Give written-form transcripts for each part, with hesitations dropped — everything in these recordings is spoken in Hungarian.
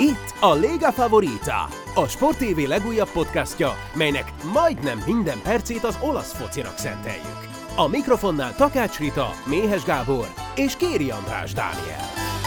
Itt a Lega Favorita, a Sport TV legújabb podcastja, melynek majdnem minden percét az olasz focinak szenteljük. A mikrofonnál Takács Rita, Méhes Gábor és Kéri András Dániel.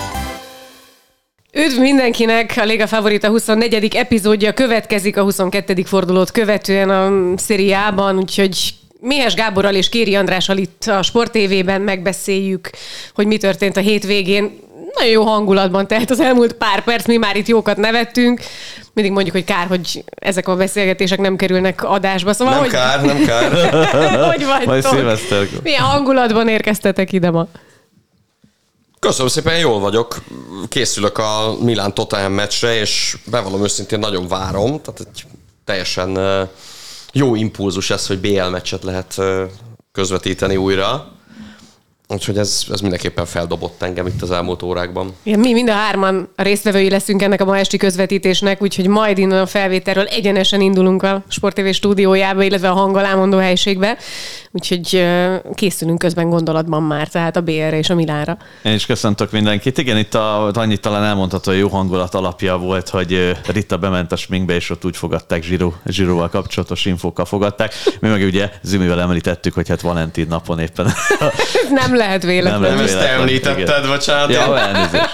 Üdv mindenkinek! A Lega Favorita 24. epizódja következik a 22. fordulót követően a Serie A-ban, úgyhogy Méhes Gáborral és Kéri Andrással itt a Sport TV-ben megbeszéljük, hogy mi történt a hétvégén. Nagyon jó hangulatban telt az elmúlt pár perc, mi már itt jókat nevettünk. Mindig mondjuk, hogy kár, hogy ezek a beszélgetések nem kerülnek adásba. Szóval, nem kár. Hogy vagytok? Milyen hangulatban érkeztetek ide ma? Köszönöm szépen, jól vagyok. Készülök a Milán-Tottenham meccsre, és bevallom őszintén nagyon várom. Tehát egy teljesen jó impulzus ez, hogy BL meccset lehet közvetíteni újra. Úgyhogy ez mindenképpen feldobott engem itt az elmúlt órákban. Igen, mi mind a hárman résztvevői leszünk ennek a ma esti közvetítésnek, úgyhogy majd innen a felvételről egyenesen indulunk a Sport TV stúdiójába, illetve a hangalámondó helyiségbe. Úgyhogy készülünk közben gondolatban már, tehát a BL-re és a Milánra. Én is köszöntök mindenkit. Igen, itt annyit talán elmondható, hogy jó hangulat alapja volt, hogy Rita bement a sminkbe, és ott úgy fogadták, Zsiróval kapcsolatos infókkal fogadták. Mi meg ugye Zümivel említettük, hogy hát Valentin napon éppen... Nem lehet véletlen. Nem ezt említetted, bocsánat. Ja, elnézést.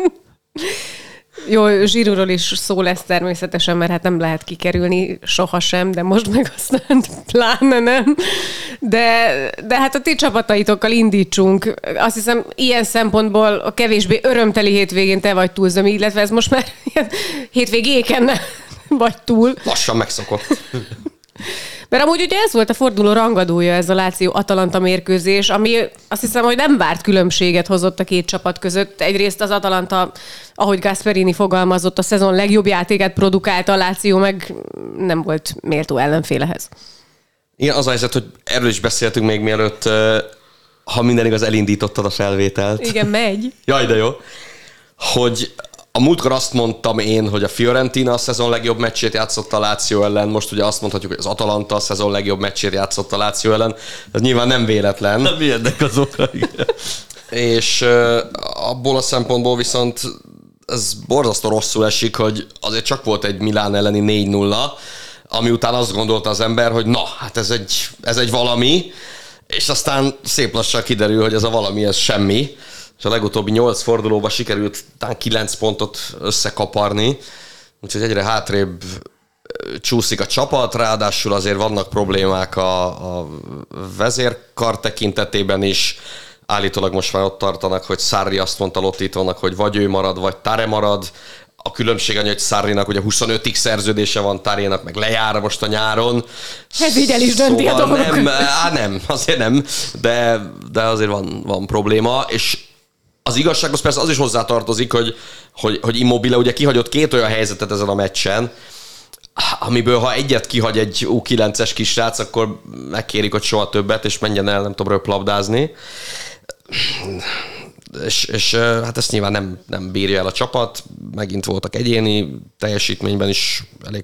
Jó, Zsíróról is szó lesz természetesen, mert hát nem lehet kikerülni sohasem, de most meg aztán pláne nem. De hát a ti csapataitokkal indítsunk. Azt hiszem, ilyen szempontból a kevésbé örömteli hétvégén te vagy túl, Zömi, illetve ez most már hétvégéken vagy túl. Lassan megszokott. Mert amúgy ugye ez volt a forduló rangadója, ez a Lazio-Atalanta mérkőzés, ami azt hiszem, hogy nem várt különbséget hozott a két csapat között. Egyrészt az Atalanta, ahogy Gasperini fogalmazott, a szezon legjobb játékát produkálta, a Lazio meg nem volt méltó ellenfélehez. Igen, az a helyzet, hogy erről is beszéltünk még mielőtt, ha minden igaz, elindítottad a felvételt. Igen, megy. Jaj, de jó. Hogy a múltkor azt mondtam én, hogy a Fiorentina a szezon legjobb meccsét játszott a Lazio ellen, most ugye azt mondhatjuk, hogy az Atalanta a szezon legjobb meccsét játszott a Lazio ellen. Ez nyilván nem véletlen. Nem ilyenek az oka, igen. És abból a szempontból viszont ez borzasztó rosszul esik, hogy azért csak volt egy Milán elleni 4-0, ami után azt gondolta az ember, hogy na, hát ez egy valami, és aztán szép lassan kiderül, hogy ez a valami, ez semmi. És a legutóbbi 8 fordulóban sikerült talán 9 pontot összekaparni, úgyhogy egyre hátrébb csúszik a csapat, ráadásul azért vannak problémák a vezérkar tekintetében is. Állítólag most már ott tartanak, hogy Sarri azt mondta Lottitónak, hogy vagy ő marad, vagy Tare marad. A különbség annyi, hogy Sarrinak ugye 25-ig szerződése van, Tarénak meg lejár most a nyáron. Ez így el is dönti a dolgok. Nem, azért nem, de azért van probléma, és az igazsághoz persze az is hozzátartozik, hogy Immobile ugye kihagyott 2 olyan helyzetet ezen a meccsen, amiből ha egyet kihagy egy U9-es kisrác, akkor megkérik, hogy soha többet, és menjen el, nem tudom, röplabdázni. És hát ezt nyilván nem bírja el a csapat. Megint voltak egyéni teljesítményben is elég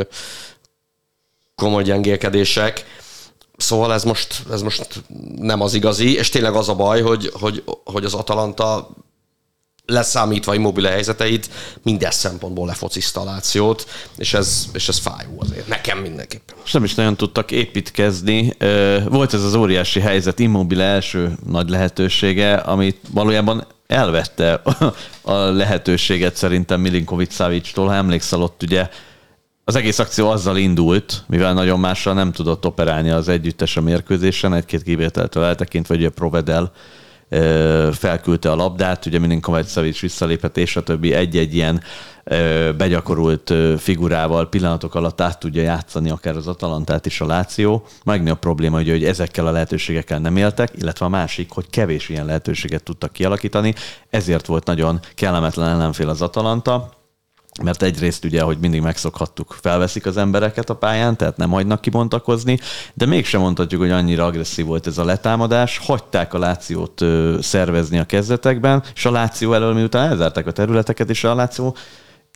komoly gyengélkedések. Szóval ez most nem az igazi, és tényleg az a baj, hogy az Atalanta leszámítva Immobile helyzeteit minden szempontból lefociszta a Lációt, és ez fájó azért. Nekem mindenképpen. És nem is nagyon tudtak építkezni. Volt ez az óriási helyzet, Immobile első nagy lehetősége, amit valójában elvette a lehetőséget szerintem Milinković-Savictól. Ha emlékszel, ott ugye az egész akció azzal indult, mivel nagyon mással nem tudott operálni az együttes a mérkőzésen, 1-2 kivételtől eltekintve, hogy a Provedel felküldte a labdát, ugye Milinković-Savic visszalépett, és a többi egy-egy ilyen begyakorult figurával pillanatok alatt át tudja játszani akár az Atalantát is a Lazio. Megnyi a probléma, hogy ezekkel a lehetőségekkel nem éltek, illetve a másik, hogy kevés ilyen lehetőséget tudtak kialakítani, ezért volt nagyon kellemetlen ellenfél az Atalanta, mert egyrészt ugye, ahogy mindig megszokhattuk, felveszik az embereket a pályán, tehát nem hagynak kibontakozni, de mégsem mondhatjuk, hogy annyira agresszív volt ez a letámadás, hagyták a Lációt szervezni a kezdetekben, és a Láció elől miután elzárták a területeket, és a Láció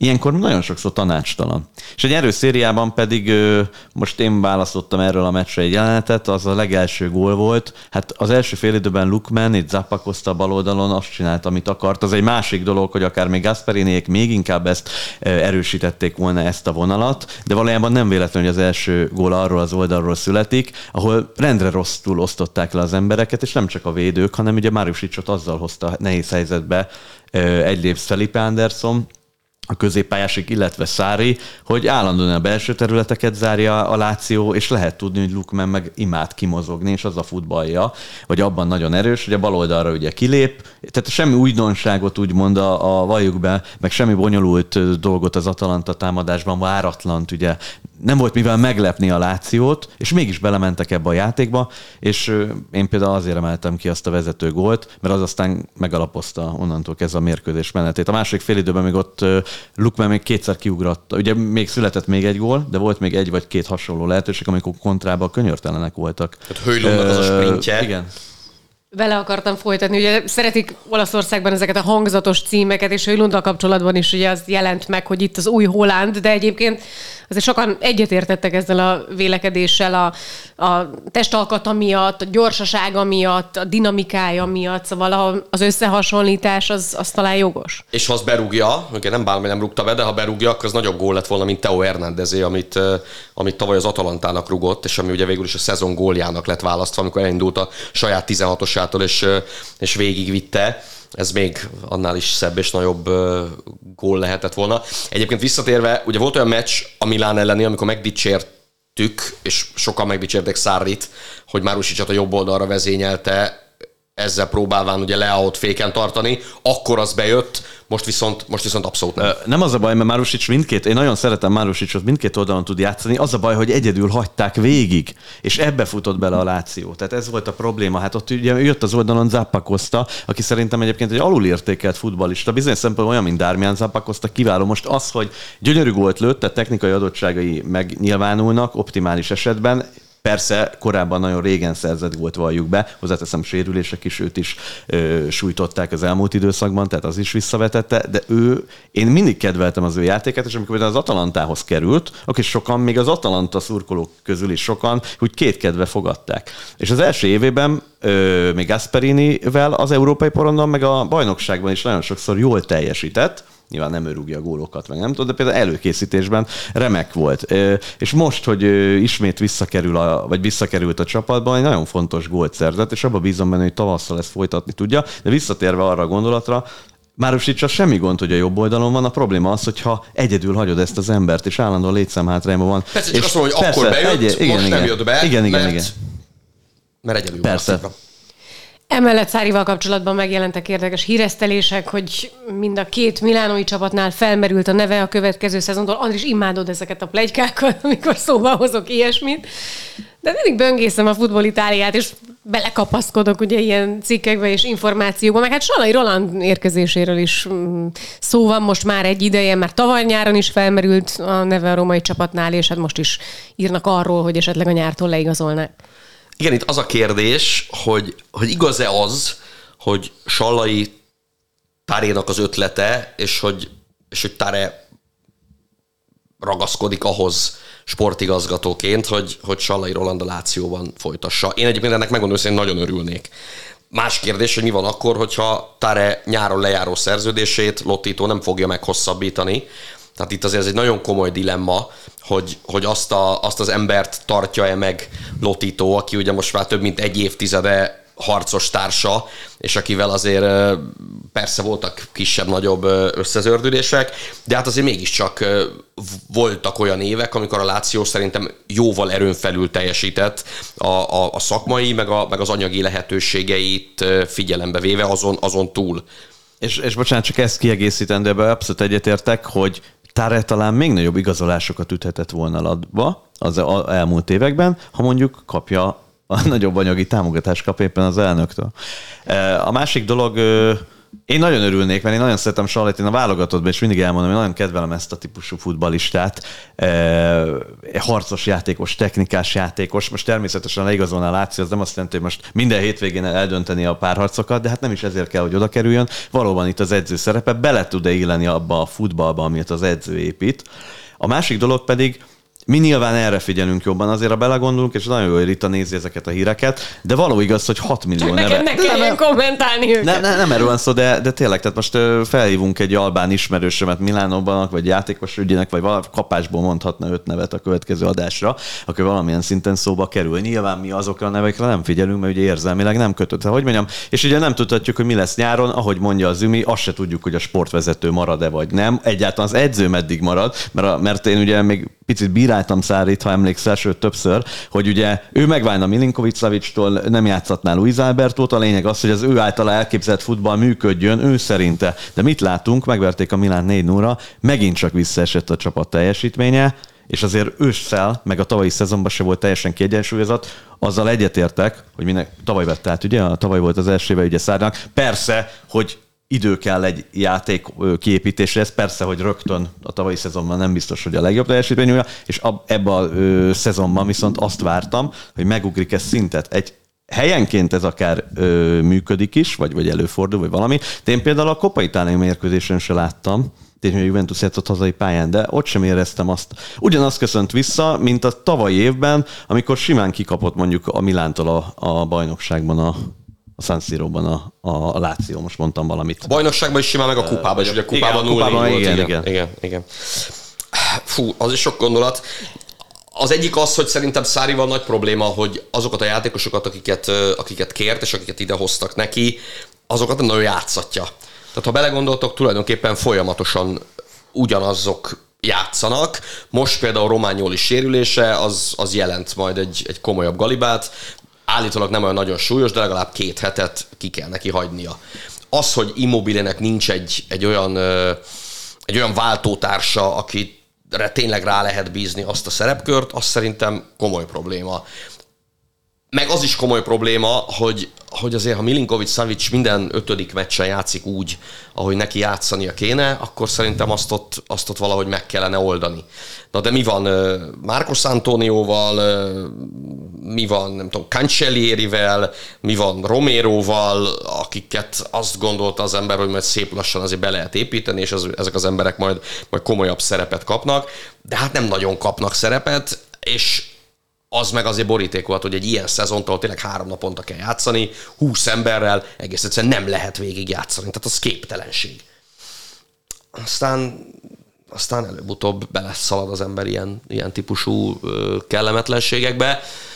ilyenkor nagyon sokszor tanácstalan. És egy erős szériában pedig most én választottam erről a meccsre egy jelenetet, az a legelső gól volt. Hát az első fél időben Lookman itt Zappacosta a bal oldalon azt csinált, amit akart. Az egy másik dolog, hogy akár még Gasperiniék még inkább ezt erősítették volna ezt a vonalat, de valójában nem véletlen, hogy az első gól arról az oldalról születik, ahol rendre rosszul osztották le az embereket, és nem csak a védők, hanem ugye Marusicsot azzal hozta nehéz helyzetbe egy lépsz Felipe Anderson, a középpályásig, illetve Sarri, hogy állandóan a belső területeket zárja a Láció, és lehet tudni, hogy Lookman meg imád kimozogni, és az a futballja, vagy abban nagyon erős, hogy a bal oldalra ugye kilép, tehát semmi újdonságot úgymond a valljuk be, meg semmi bonyolult dolgot az Atalanta támadásban, váratlant, ugye nem volt mivel meglepni a Lációt, és mégis belementek ebbe a játékba, és én például azért emeltem ki azt a vezető gólt, mert az aztán megalapozta onnantól kezdve a mérkőzés menetét. A második fél időben még ott Lookman még kétszer kiugrott. Ugye még született még egy gól, de volt még egy vagy két hasonló lehetőség, amikor kontrában könyörtelenek voltak. Tehát Højlundnak az a sprintje. Igen. Vele akartam folytatni, ugye szeretik Olaszországban ezeket a hangzatos címeket, és Højlunddal kapcsolatban is ugye az jelent meg, hogy itt az új Haaland, de egyébként azért sokan egyetértettek ezzel a vélekedéssel a testalkata miatt, a gyorsasága miatt, a dinamikája miatt, szóval az összehasonlítás az talán jogos. És ha azt berúgja, ugye nem bánom, hogy nem rúgta be, de ha berúgja, akkor az nagyobb gól lett volna, mint Theo Hernándezé, amit tavaly az Atalantának rúgott, és ami ugye végül is a szezon góljának lett választva, amikor elindult a saját 16-osától, és végigvitte. Ez még annál is szebb és nagyobb gól lehetett volna. Egyébként visszatérve, ugye volt olyan meccs a Milán elleni, amikor megdicsértük, és sokan megdicsérték Sarrit, hogy Marusicsot a jobb oldalra vezényelte, ezzel próbálván ugye Leaót féken tartani, akkor az bejött, most viszont abszolút nem. Nem az a baj, mert Marusics én nagyon szeretem Marusicsot, mindkét oldalon tud játszani, az a baj, hogy egyedül hagyták végig, és ebbe futott bele a Láció. Tehát ez volt a probléma. Hát ott ugye jött az oldalon Zappacosta, aki szerintem egyébként egy alulértékelt futballista, bizonyos szempontból olyan, mint Darmian Zappacosta, kiváló. Most az, hogy gyönyörű gólt lőtt, tehát technikai adottságai megnyilvánulnak optimális esetben. Persze, korábban nagyon régen szerzett gólt, valljuk be, hozzáteszem, sérülések is őt is sújtották az elmúlt időszakban, tehát az is visszavetette, de én mindig kedveltem az ő játékát, és amikor az Atalantához került, akkor sokan, még az Atalanta szurkolók közül is sokan, úgy kétkedve fogadták. És az első évében még Gasperinivel az európai porondon, meg a bajnokságban is nagyon sokszor jól teljesített, nyilván nem ő rúgja a gólokat, meg nem tudom, de például előkészítésben remek volt. És most, hogy ismét visszakerült a csapatban, egy nagyon fontos gólt szerzett, és abban bízom benne, hogy tavasszal ezt folytatni tudja, de visszatérve arra a gondolatra, Marusics semmi gond, hogy a jobb oldalon van, a probléma az, hogyha egyedül hagyod ezt az embert, és állandóan létszámhátrányban van. Persze, csak azt mondom, hogy akkor bejött, most nem jött be, mert egyedül persze. van. Emellett Sarrival kapcsolatban megjelentek érdekes híresztelések, hogy mind a két milánói csapatnál felmerült a neve a következő szezontól. Andris, imádod ezeket a pletykákat, amikor szóba hozok ilyesmit. De mindig böngészem a Futbol Itáliát, és belekapaszkodok ugye ilyen cikkekbe és információkba, meg hát Sallai Roland érkezéséről is szó van most már egy ideje, már tavaly nyáron is felmerült a neve a római csapatnál, és hát most is írnak arról, hogy esetleg a nyártól leigazolnák. Igen, itt az a kérdés, hogy igaz-e az, hogy Sallai Tarénak az ötlete, és hogy Tare ragaszkodik ahhoz sportigazgatóként, hogy Sallai Roland a Lációban folytassa. Én egyébként ennek megmondom, hogy nagyon örülnék. Más kérdés, hogy mi van akkor, hogyha Tare nyáron lejáró szerződését Lotito nem fogja meghosszabbítani. Tehát itt azért ez egy nagyon komoly dilemma, hogy azt az embert tartja-e meg Lotito, aki ugye most már több mint egy évtizede harcos társa, és akivel azért persze voltak kisebb-nagyobb összezördülések, de hát azért mégiscsak voltak olyan évek, amikor a Láció szerintem jóval erőn felül teljesített a szakmai, meg az anyagi lehetőségeit figyelembe véve azon túl. És bocsánat, csak ezt kiegészítendő, ebben abszolút egyetértek, hogy Tare talán még nagyobb igazolásokat üthetett volna latba az elmúlt években, ha mondjuk kapja a nagyobb anyagi támogatást kap éppen az elnöktől. A másik dolog, Én nagyon örülnék, mert én nagyon szeretem Sallit, én a válogatottban is mindig elmondom, hogy nagyon kedvelem ezt a típusú futballistát. Harcos játékos, technikás játékos. Most természetesen leigazolna a Láció, az nem azt jelenti, hogy most minden hétvégén eldönteni a párharcokat, de hát nem is ezért kell, hogy oda kerüljön. Valóban itt az edző szerepe bele tud-e illeni abba a futballba, amit az edző épít. A másik dolog pedig, mi nyilván erre figyelünk jobban, azért ha belegondolunk, és nagyon jó, hogy Rita nézi ezeket a híreket, de való igaz, hogy 6 millió neve. Ne kelljen kommentálni őket. Nem erről van szó, de tényleg, tehát most felhívunk egy albán ismerősömet Milánóban, vagy játékos ügyének, vagy kapásból mondhatna 5 nevet a következő adásra, akkor valamilyen szinten szóba kerül. Nyilván mi azokra a nevekre nem figyelünk, mert ugye érzelmileg nem kötött. Hogy mondjam, és ugye nem tudhatjuk, hogy mi lesz nyáron, ahogy mondja az Ümi, azt se tudjuk, hogy a sportvezető marad-e vagy nem. Egyáltalán az edző meddig marad, mert én ugye még picit bíráltam Szárit, ha emlékszel, sőt többször, hogy ugye ő megválna Milinković-Savicstól, nem játszhatná Luis Albertót, a lényeg az, hogy az ő általa elképzelt futball működjön, ő szerinte. De mit látunk? Megverték a Milán 4-0-ra, megint csak visszaesett a csapat teljesítménye, és azért ősszel, meg a tavalyi szezonban se volt teljesen kiegyensúlyozott, azzal egyetértek, hogy tavaly vett át, ugye? Tavaly volt az első éve ugye Szárnak. Persze, hogy idő kell egy játék kiépítéshez, persze, hogy rögtön a tavalyi szezonban nem biztos, hogy a legjobb teljesítményű, és ebben a szezonban viszont azt vártam, hogy megugrik ez szintet. Egy helyenként ez akár működik is, vagy előfordul, vagy valami. De én például a Coppa Italia mérkőzésen se láttam, tényleg a Juventus játszott hazai pályán, de ott sem éreztem azt. Ugyanaz köszönt vissza, mint a tavalyi évben, amikor simán kikapott mondjuk a Milántól a bajnokságban a San Siróban a Láció, most mondtam valamit. A bajnokságban is simán, meg a kupában is, ugye a kupában 0 volt. Igen. Fú, az is sok gondolat. Az egyik az, hogy szerintem Szárival nagy probléma, hogy azokat a játékosokat, akiket kért, és akiket idehoztak neki, azokat nem nagyon játszatja. Tehát ha belegondoltok, tulajdonképpen folyamatosan ugyanazok játszanak. Most például Romagnoli sérülése, az jelent majd egy komolyabb galibát. Állítólag nem olyan nagyon súlyos, de legalább 2 hetet ki kell neki hagynia. Az, hogy Immobilének nincs egy olyan váltótársa, akire tényleg rá lehet bízni azt a szerepkört, az szerintem komoly probléma. Meg az is komoly probléma, hogy azért, ha Milinković-Savić minden 5. meccsen játszik úgy, ahogy neki játszania kéne, akkor szerintem azt ott valahogy meg kellene oldani. Na de mi van Marcos Antonióval, mi van, nem tudom, Cancellierivel, mi van Roméroval, akiket azt gondolta az ember, hogy majd szép lassan azért be lehet építeni, és ezek az emberek majd komolyabb szerepet kapnak, de hát nem nagyon kapnak szerepet, és az meg azért boríték volt, hogy egy ilyen szezontól tényleg 3 naponta kell játszani, 20 emberrel egész egyszerűen nem lehet végig játszani. Tehát az képtelenség. Aztán előbb-utóbb beleszalad az ember ilyen típusú kellemetlenségekbe.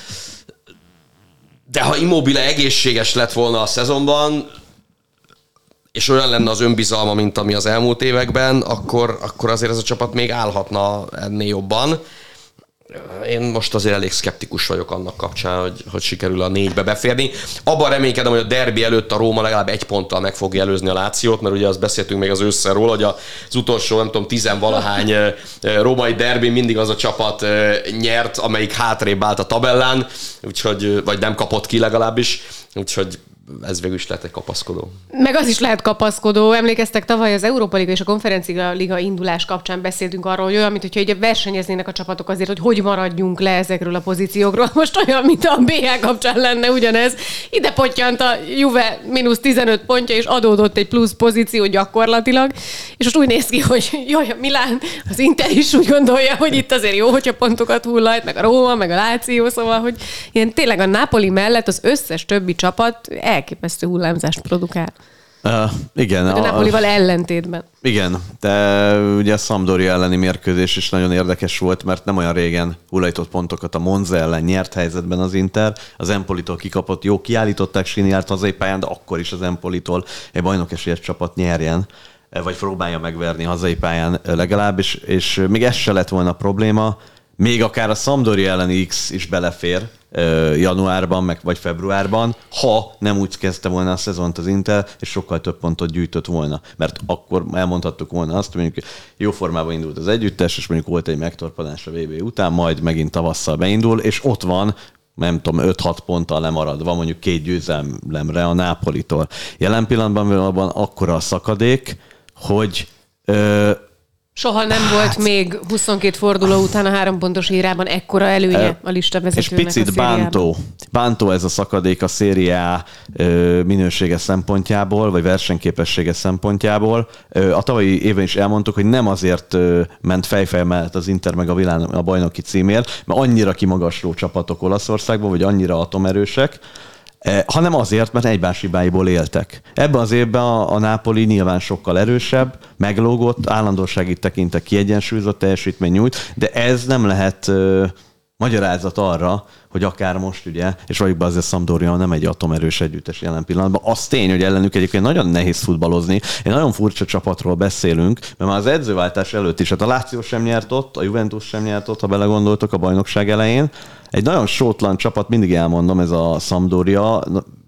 De ha Immobile egészséges lett volna a szezonban, és olyan lenne az önbizalma, mint ami az elmúlt években, akkor azért ez a csapat még állhatna ennél jobban. Én most azért elég szkeptikus vagyok annak kapcsán, hogy sikerül a 4-be beférni. Abban reménykedem, hogy a derbi előtt a Róma legalább 1 ponttal meg fogja előzni a Lációt, mert ugye azt beszéltünk még az ősszel róla, hogy az utolsó, nem tudom, 10-valahány római derbi mindig az a csapat nyert, amelyik hátrébb állt a tabellán, úgyhogy, vagy nem kapott ki legalábbis, úgyhogy ez végül is lehet egy kapaszkodó. Meg az is lehet kapaszkodó. Emlékeztek, tavaly az Európa Liga és a Konferencia Liga indulás kapcsán beszéltünk arról, hogy olyan, mintha így versenyeznének a csapatok azért, hogy maradjunk le ezekről a pozíciókról. Most olyan, mint a BL kapcsán lenne ugyanez. Ide pottyant a Juve -15 pontja, és adódott egy plusz pozíció gyakorlatilag. És most úgy néz ki, hogy jaj, a Milán, az Inter is úgy gondolja, hogy itt azért jó, hogyha pontokat hullajt, meg a Róma, meg a Láció, szóval, hogy ilyen tényleg a Napoli mellett az összes többi csapat elképesztő hullámzást produkál. Igen. A Napolival ellentétben. Igen, de ugye a Sampdoria elleni mérkőzés is nagyon érdekes volt, mert nem olyan régen hullajtott pontokat a Monza ellen, nyert helyzetben az Inter, az Empolitól kikapott, jó, kiállították Skriniart hazai pályán, de akkor is az Empolitól egy bajnokesélyes csapat nyerjen, vagy próbálja megverni hazai pályán legalább, és még ez se lett volna probléma, még akár a Sampdoria elleni X is belefér januárban, vagy februárban, ha nem úgy kezdte volna a szezont az Inter, és sokkal több pontot gyűjtött volna. Mert akkor elmondhattuk volna azt, hogy mondjuk jó formában indult az együttes, és mondjuk volt egy megtorpanás a VB után, majd megint tavasszal beindul, és ott van nem tudom, 5-6 ponttal lemaradva, mondjuk 2 győzelemre a Nápolitól. Jelen pillanatban akkora a szakadék, hogy soha nem volt még 22 forduló után a 3 pontos érában ekkora előnye a listavezetőnek. És picit bántó ez a szakadék a Serie A minősége szempontjából, vagy versenyképessége szempontjából. A tavalyi évben is elmondtuk, hogy nem azért ment fejfej mellett az Inter meg a bajnoki címért, mert annyira kimagasló csapatok Olaszországban, vagy annyira atomerősek, hanem azért, mert egymás hibáiból éltek. Ebben az évben a Napoli nyilván sokkal erősebb, meglógott, állandósági tekintet kiegyensúlyozott teljesítmény nyújt, de ez nem lehet magyarázat arra, hogy akár most ugye, és vagyok be azért Sampdoria nem egy atomerős együttes jelen pillanatban. Az tény, hogy ellenük egyébként nagyon nehéz futballozni. Egy nagyon furcsa csapatról beszélünk, mert már az edzőváltás előtt is, hát a Lazio sem nyert ott, a Juventus sem nyert ott, ha belegondoltok a bajnokság elején. Egy nagyon sótlan csapat, mindig elmondom, ez a Sampdoria,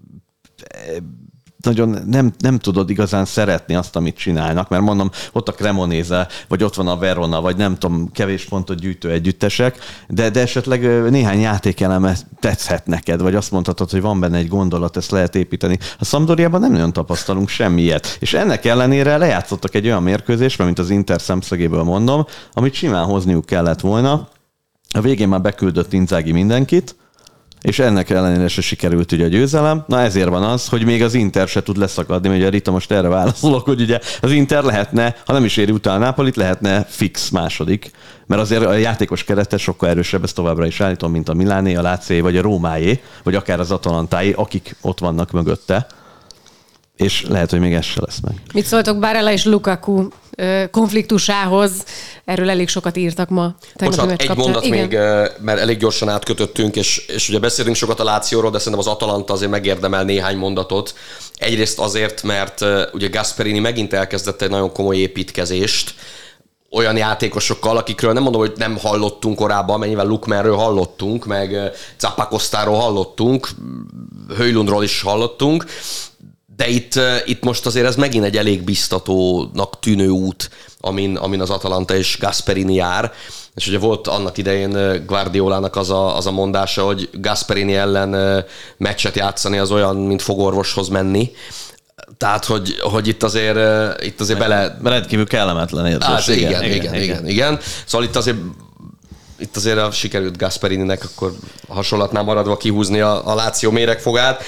nagyon nem tudod igazán szeretni azt, amit csinálnak, mert mondom, ott a Cremonese, vagy ott van a Verona, vagy nem tudom, kevés pontot gyűjtő együttesek, de esetleg néhány játékeleme tetszhet neked, vagy azt mondhatod, hogy van benne egy gondolat, ezt lehet építeni. A Sampdoriában nem nagyon tapasztalunk semmiet, és ennek ellenére lejátszottak egy olyan mérkőzésben, mint az Inter szemszögéből mondom, amit simán hozniuk kellett volna. A végén már beküldött Inzaghi mindenkit, és ennek ellenére se sikerült ugye a győzelem. Na ezért van az, hogy még az Inter se tud leszakadni, mert ugye Rita most erre válaszolok, hogy ugye az Inter lehetne, ha nem is éri utána a Nápolit, lehetne fix második, mert azért a játékos kerete sokkal erősebb, ezt továbbra is állítom, mint a Miláné, a Lácié, vagy a Rómáé, vagy akár az Atalantáé, akik ott vannak mögötte. És lehet, hogy még ez se lesz meg. Mit szóltok Barella és Lukaku konfliktusához? Erről elég sokat írtak ma. Bocsánat, egy mondat igen. Még, mert elég gyorsan átkötöttünk, és ugye beszélünk sokat a Lációról, de szerintem az Atalanta azért megérdemel néhány mondatot. Egyrészt azért, mert ugye Gasperini megint elkezdett egy nagyon komoly építkezést, olyan játékosokkal, akikről nem mondom, hogy nem hallottunk korábban, mert nyilván Lukmanről hallottunk, meg Zappacosztáról hallottunk, Højlundról is hallottunk, de itt most azért ez megint egy elég biztatónak tűnő út, amin az Atalanta és Gasperini jár. És ugye volt annak idején Guardiolának az a mondása, hogy Gasperini ellen meccset játszani az olyan, mint fogorvoshoz menni. Tehát, hogy itt azért bele... Rendkívül kellemetlen érzés. Igen. Szóval itt azért sikerült Gasperininek, akkor hasonlatnál maradva kihúzni a Láció méregfogát.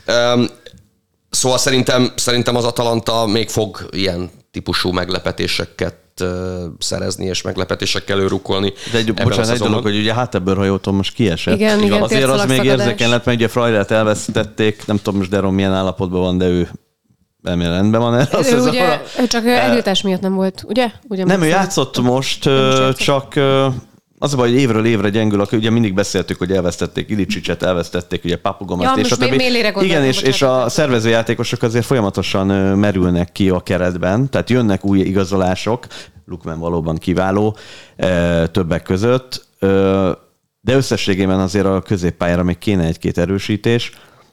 Szóval szerintem az Atalanta még fog ilyen típusú meglepetéseket szerezni, és meglepetésekkel őrukkolni. De egy dolog, hogy ugye Hátebőr hajótól most kiesett. Igen, azért az még érzékeny lett, mert ugye Freudát elvesztették, nem tudom most Deron milyen állapotban van, de ő rendben van. Ő ugye csak eltiltás miatt nem volt, ugye? Nem, ő játszott most, csak... Az a baj, hogy évről évre gyengül, akkor ugye mindig beszéltük, hogy elvesztették Ilicsicset, elvesztették ugye Papugomát, és a többi. Igen, és a szervezőjátékosok azért folyamatosan merülnek ki a keretben, tehát jönnek új igazolások, Lukman valóban kiváló többek között, de összességében azért a középpályára még kéne egy-két erősítés.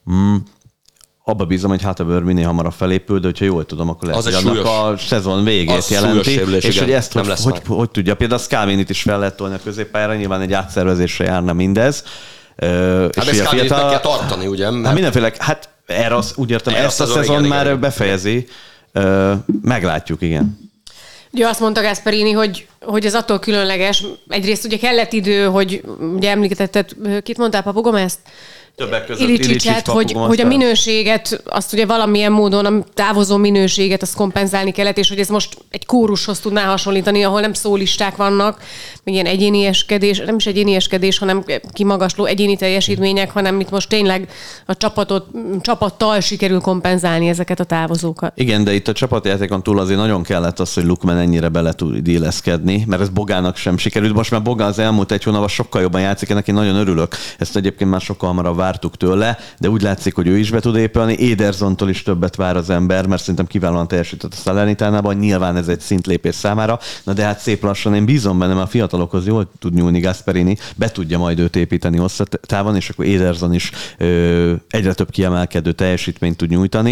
Abba bízom, hogy Hátebőr minél hamarabb felépül, de hogyha jól tudom, akkor lehet, hogy annak a szezon végét jelenti, és hogy ezt hogy tudja. Például a Scalvinit is fel lehet tolni a középpályára, nyilván egy átszervezésre járna mindez. Hát és Scalvinit meg kell tartani, ugye? Hát mindenféle, erre úgy értem, ezt a szezon már befejezi. Meglátjuk, igen. Ugye azt mondta Gasperini, hogy ez attól különleges. Egyrészt ugye kellett idő, hogy ugye említetted, kit mondtál, Papugomezt? Többek között Ilicsicset, hogy a minőséget, azt ugye valamilyen módon a távozó minőséget azt kompenzálni kellett, és hogy ez most egy kórushoz tudná hasonlítani, ahol nem szólisták vannak, meg ilyen egyénieskedés, nem is egyénieskedés, hanem kimagasló egyéni teljesítmények, hanem itt most tényleg a csapattal sikerül kompenzálni ezeket a távozókat. Igen, de itt a csapatjátékon túl azért nagyon kellett az, hogy Lukman ennyire bele tud illeszkedni, mert ez Bogának sem sikerült. Most már Bogán az elmúlt egy hónapban sokkal jobban játszik, ennek én nagyon örülök. Ezt egyébként már sokkal hamarabb vártuk tőle, de úgy látszik, hogy ő is be tud épülni. Edersontól is többet vár az ember, mert szerintem kiválóan teljesített a Salernitánában. Nyilván ez egy szintlépés számára. Na de hát szép lassan én bízom benne, mert a fiatalokhoz jól tud nyúlni Gasperini, be tudja majd őt építeni hosszatávon, és akkor Ederson is egyre több kiemelkedő teljesítményt tud nyújtani.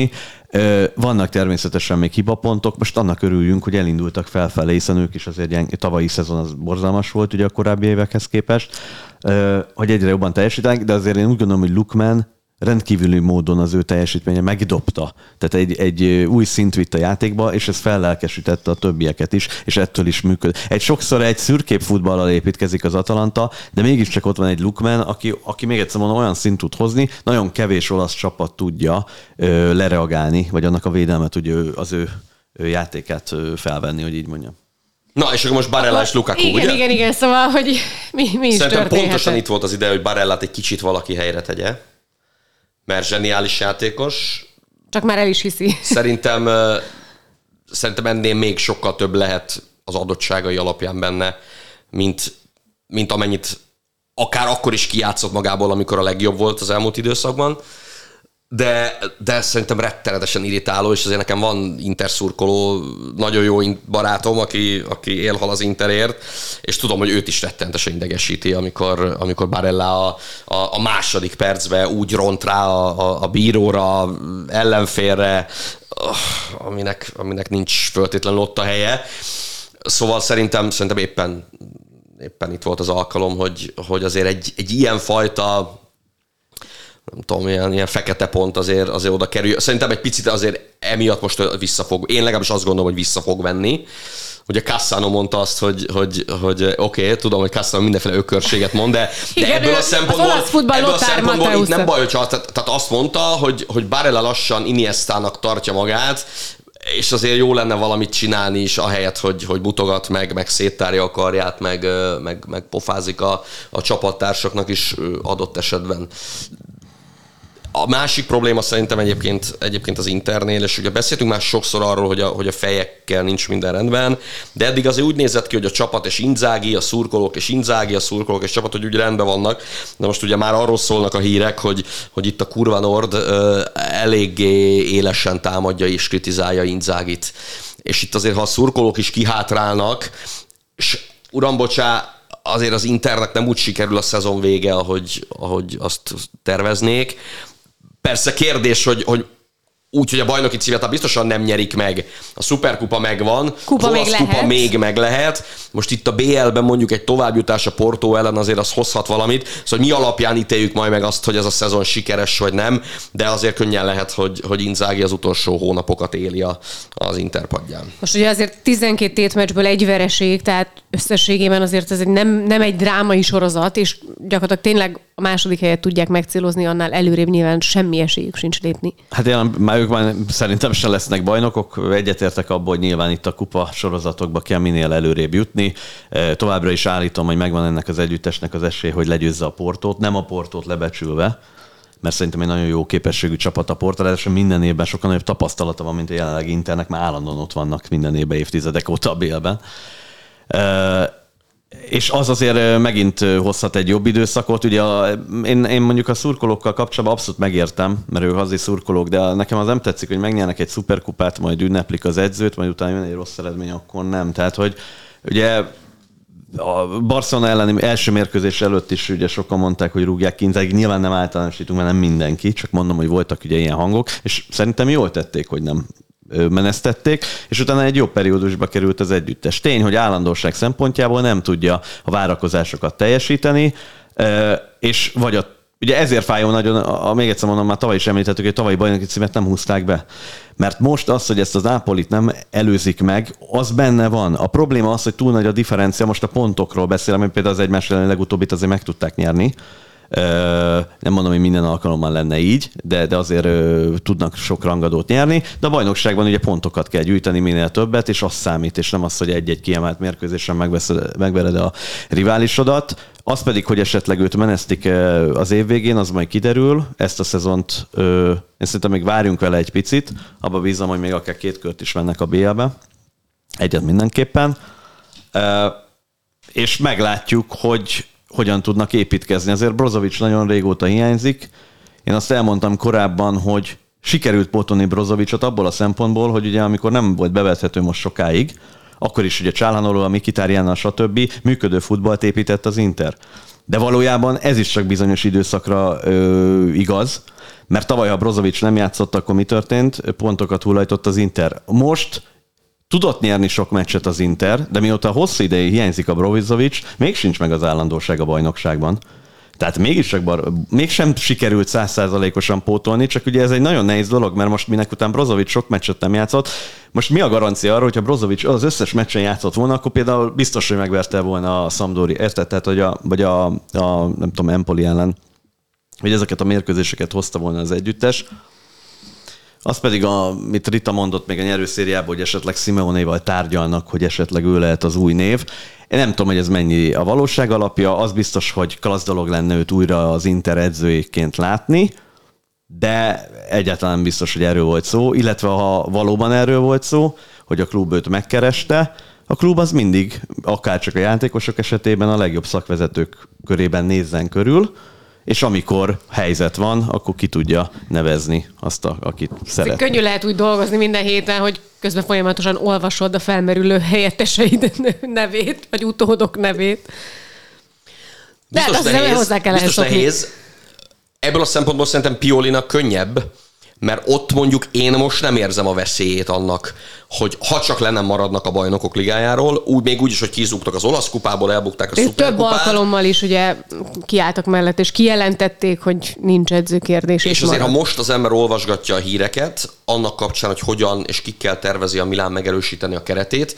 Vannak természetesen még hibapontok, most annak örüljünk, hogy elindultak felfelé, hiszen ők is azért tavalyi szezon az borzalmas volt ugye a korábbi évekhez képest, hogy egyre jobban teljesítenek, de azért én úgy gondolom, hogy Lookman rendkívüli módon az ő teljesítménye megdobta. Tehát egy új szint vitt a játékba, és ez fellelkesítette a többieket is, és ettől is működik. Sokszor egy szürkép futballal építkezik az Atalanta, de mégiscsak ott van egy Lookman, aki még egyszer mondom, olyan szint tud hozni, nagyon kevés olasz csapat tudja lereagálni, vagy annak a védelmet tudja az ő játékát felvenni, hogy így mondjam. Na, és akkor most Barella és Lukaku, ugye? Igen, szóval, hogy mi is Szerintem történhet. pontosan itt volt az ide, hogy Barellát egy kicsit valaki helyre tegye, mert zseniális játékos. Csak már el is hiszi. Szerintem ennél még sokkal több lehet az adottságai alapján benne, mint amennyit akár akkor is kijátszott magából, amikor a legjobb volt az elmúlt időszakban. De szerintem rettenetesen irritáló, és azért nekem van Inter szurkoló, nagyon jó barátom, aki élhal az Interért, és tudom, hogy őt is rettenetesen idegesíti, amikor Barella a második percben úgy ront rá a bíróra, ellenfélre, aminek nincs föltétlenül ott a helye. Szóval szerintem éppen itt volt az alkalom, hogy azért egy ilyen fajta, nem tudom, ilyen fekete pont azért oda kerül. Szerintem egy picit azért emiatt most én legalábbis azt gondolom, hogy vissza fog venni. Ugye Cassano mondta azt, hogy oké, tudom, hogy Cassano mindenféle ökörséget mond, de ebből a szempontból itt nem baj, hogyha tehát azt mondta, hogy Barella lassan Iniestának tartja magát, és azért jó lenne valamit csinálni is, ahelyett, hogy mutogat meg széttárja a karját, meg pofázik a csapattársaknak is adott esetben. A másik probléma szerintem egyébként az Internél, és ugye beszéltünk már sokszor arról, hogy a fejekkel nincs minden rendben, de eddig azért úgy nézett ki, hogy a csapat és Inzaghi, a szurkolók és Inzaghi, a szurkolók és csapat, hogy úgy rendben vannak. De most ugye már arról szólnak a hírek, hogy itt a kurva Nord eléggé élesen támadja és kritizálja Inzaghit. És itt azért, ha a szurkolók is kihátrálnak, és uram, bocsá, azért az Internek nem úgy sikerül a szezon vége, ahogy azt terveznék. Persze kérdés, hogy úgy, hogy a bajnoki címet biztosan nem nyerik meg. A szuperkupa megvan, az olasz kupa még meg lehet. Most itt a BL-ben mondjuk egy továbbjutás a Porto ellen azért az hozhat valamit. Szóval mi alapján ítéljük majd meg azt, hogy ez a szezon sikeres vagy nem, de azért könnyen lehet, hogy Inzaghi az utolsó hónapokat éli az Inter padján. Most ugye azért 12 tétmeccsből egy vereség, tehát összességében azért ez nem egy drámai sorozat, és gyakorlatilag tényleg a második helyet tudják megcélozni, annál előrébb nyilván semmi esélyük sincs lépni. Hát ők már szerintem sem lesznek bajnokok. Egyetértek abban, hogy nyilván itt a kupa sorozatokba kell minél előrébb jutni. Továbbra is állítom, hogy megvan ennek az együttesnek az esély, hogy legyőzze a Portót. Nem a Portót lebecsülve, mert szerintem egy nagyon jó képességű csapat a Porto, de minden évben sokkal nagyobb tapasztalata van, mint a jelenleg Internek, már állandóan ott vannak minden évben, évtizedek óta a BL-ben. És az azért megint hozhat egy jobb időszakot. Ugye én mondjuk a szurkolókkal kapcsolatban abszolút megértem, mert ők azért szurkolók, de nekem az nem tetszik, hogy megnyernek egy szuperkupát, majd ünneplik az edzőt, majd utána jön egy rossz eredmény, akkor nem. Tehát, hogy ugye a Barcelona elleni első mérkőzés előtt is ugye sokan mondták, hogy rúgják ki Inzaghi. Nyilván nem általánosítunk, mert nem mindenki, csak mondom, hogy voltak ugye ilyen hangok, és szerintem jól tették, hogy nem menesztették, és utána egy jobb periódusba került az együttes. Tény, hogy állandóság szempontjából nem tudja a várakozásokat teljesíteni, és ugye ezért fájó nagyon, még egyszer mondom, már tavaly is említettük, hogy tavalyi bajnoki címet nem húzták be. Mert most az, hogy ezt az Nápolit nem előzik meg, az benne van. A probléma az, hogy túl nagy a differencia, most a pontokról beszélem, hogy például az egymás ellen legutóbbit azért meg tudták nyerni. Nem mondom, hogy minden alkalommal lenne így, de azért tudnak sok rangadót nyerni, de a bajnokságban ugye pontokat kell gyűjteni minél többet, és az számít, és nem az, hogy egy-egy kiemelt mérkőzésen megvered a riválisodat. Az pedig, hogy esetleg őt menesztik az év végén, az majd kiderül. Ezt a szezont én szerintem még várjunk vele egy picit, abba bízom, hogy még akár 2 kört is mennek a BL-be. Egyet mindenképpen. És meglátjuk, hogy hogyan tudnak építkezni. Azért Brozovic nagyon régóta hiányzik. Én azt elmondtam korábban, hogy sikerült pótolni Brozovicot abból a szempontból, hogy ugye amikor nem volt bevethető most sokáig, akkor is ugye Csálhanoló, a Mkhitaryan, stb. Működő futballt épített az Inter. De valójában ez is csak bizonyos időszakra igaz, mert tavaly, ha Brozovic nem játszott, akkor mi történt? Pontokat hullajtott az Inter. Most tudott nyerni sok meccset az Inter, de mióta hosszú ideig hiányzik a Brozovic, még sincs meg az állandóság a bajnokságban. Tehát mégsem sikerült 100%-osan pótolni, csak ugye ez egy nagyon nehéz dolog, mert most minek után Brozovic sok meccset nem játszott, most mi a garancia arra, hogyha Brozovic az összes meccsen játszott volna, akkor például biztos, hogy megverte volna a Sampdoria, érted? Tehát, vagy a nem tudom, Empoli ellen, hogy ezeket a mérkőzéseket hozta volna az együttes. Az pedig, amit Rita mondott még a nyerőszériában, hogy esetleg Simeonéval tárgyalnak, hogy esetleg ő lehet az új név. Én nem tudom, hogy ez mennyi a valóság alapja, az biztos, hogy klassz dolog lenne őt újra az Inter edzőjéként látni, de egyáltalán nem biztos, hogy erről volt szó, illetve ha valóban erről volt szó, hogy a klub őt megkereste, a klub az mindig, akárcsak a játékosok esetében a legjobb szakvezetők körében nézzen körül, és amikor helyzet van, akkor ki tudja nevezni azt, akit szeret. Könnyű lehet úgy dolgozni minden héten, hogy közben folyamatosan olvasod a felmerülő helyetteseid nevét, vagy utódok nevét. De biztos hát nehéz, hozzá kell biztos nehéz. Ebből a szempontból szerintem Piolinak könnyebb, mert ott mondjuk én most nem érzem a veszélyét annak, hogy ha csak le nem maradnak a bajnokok ligájáról, még úgy is, hogy kizúgtak az olasz kupából, elbukták a szuperkupát. Több alkalommal is ugye kiálltak mellett, és kijelentették, hogy nincs edzőkérdés. És azért, ha most az ember olvasgatja a híreket, annak kapcsán, hogy hogyan és kikkel tervezi a Milán megerősíteni a keretét,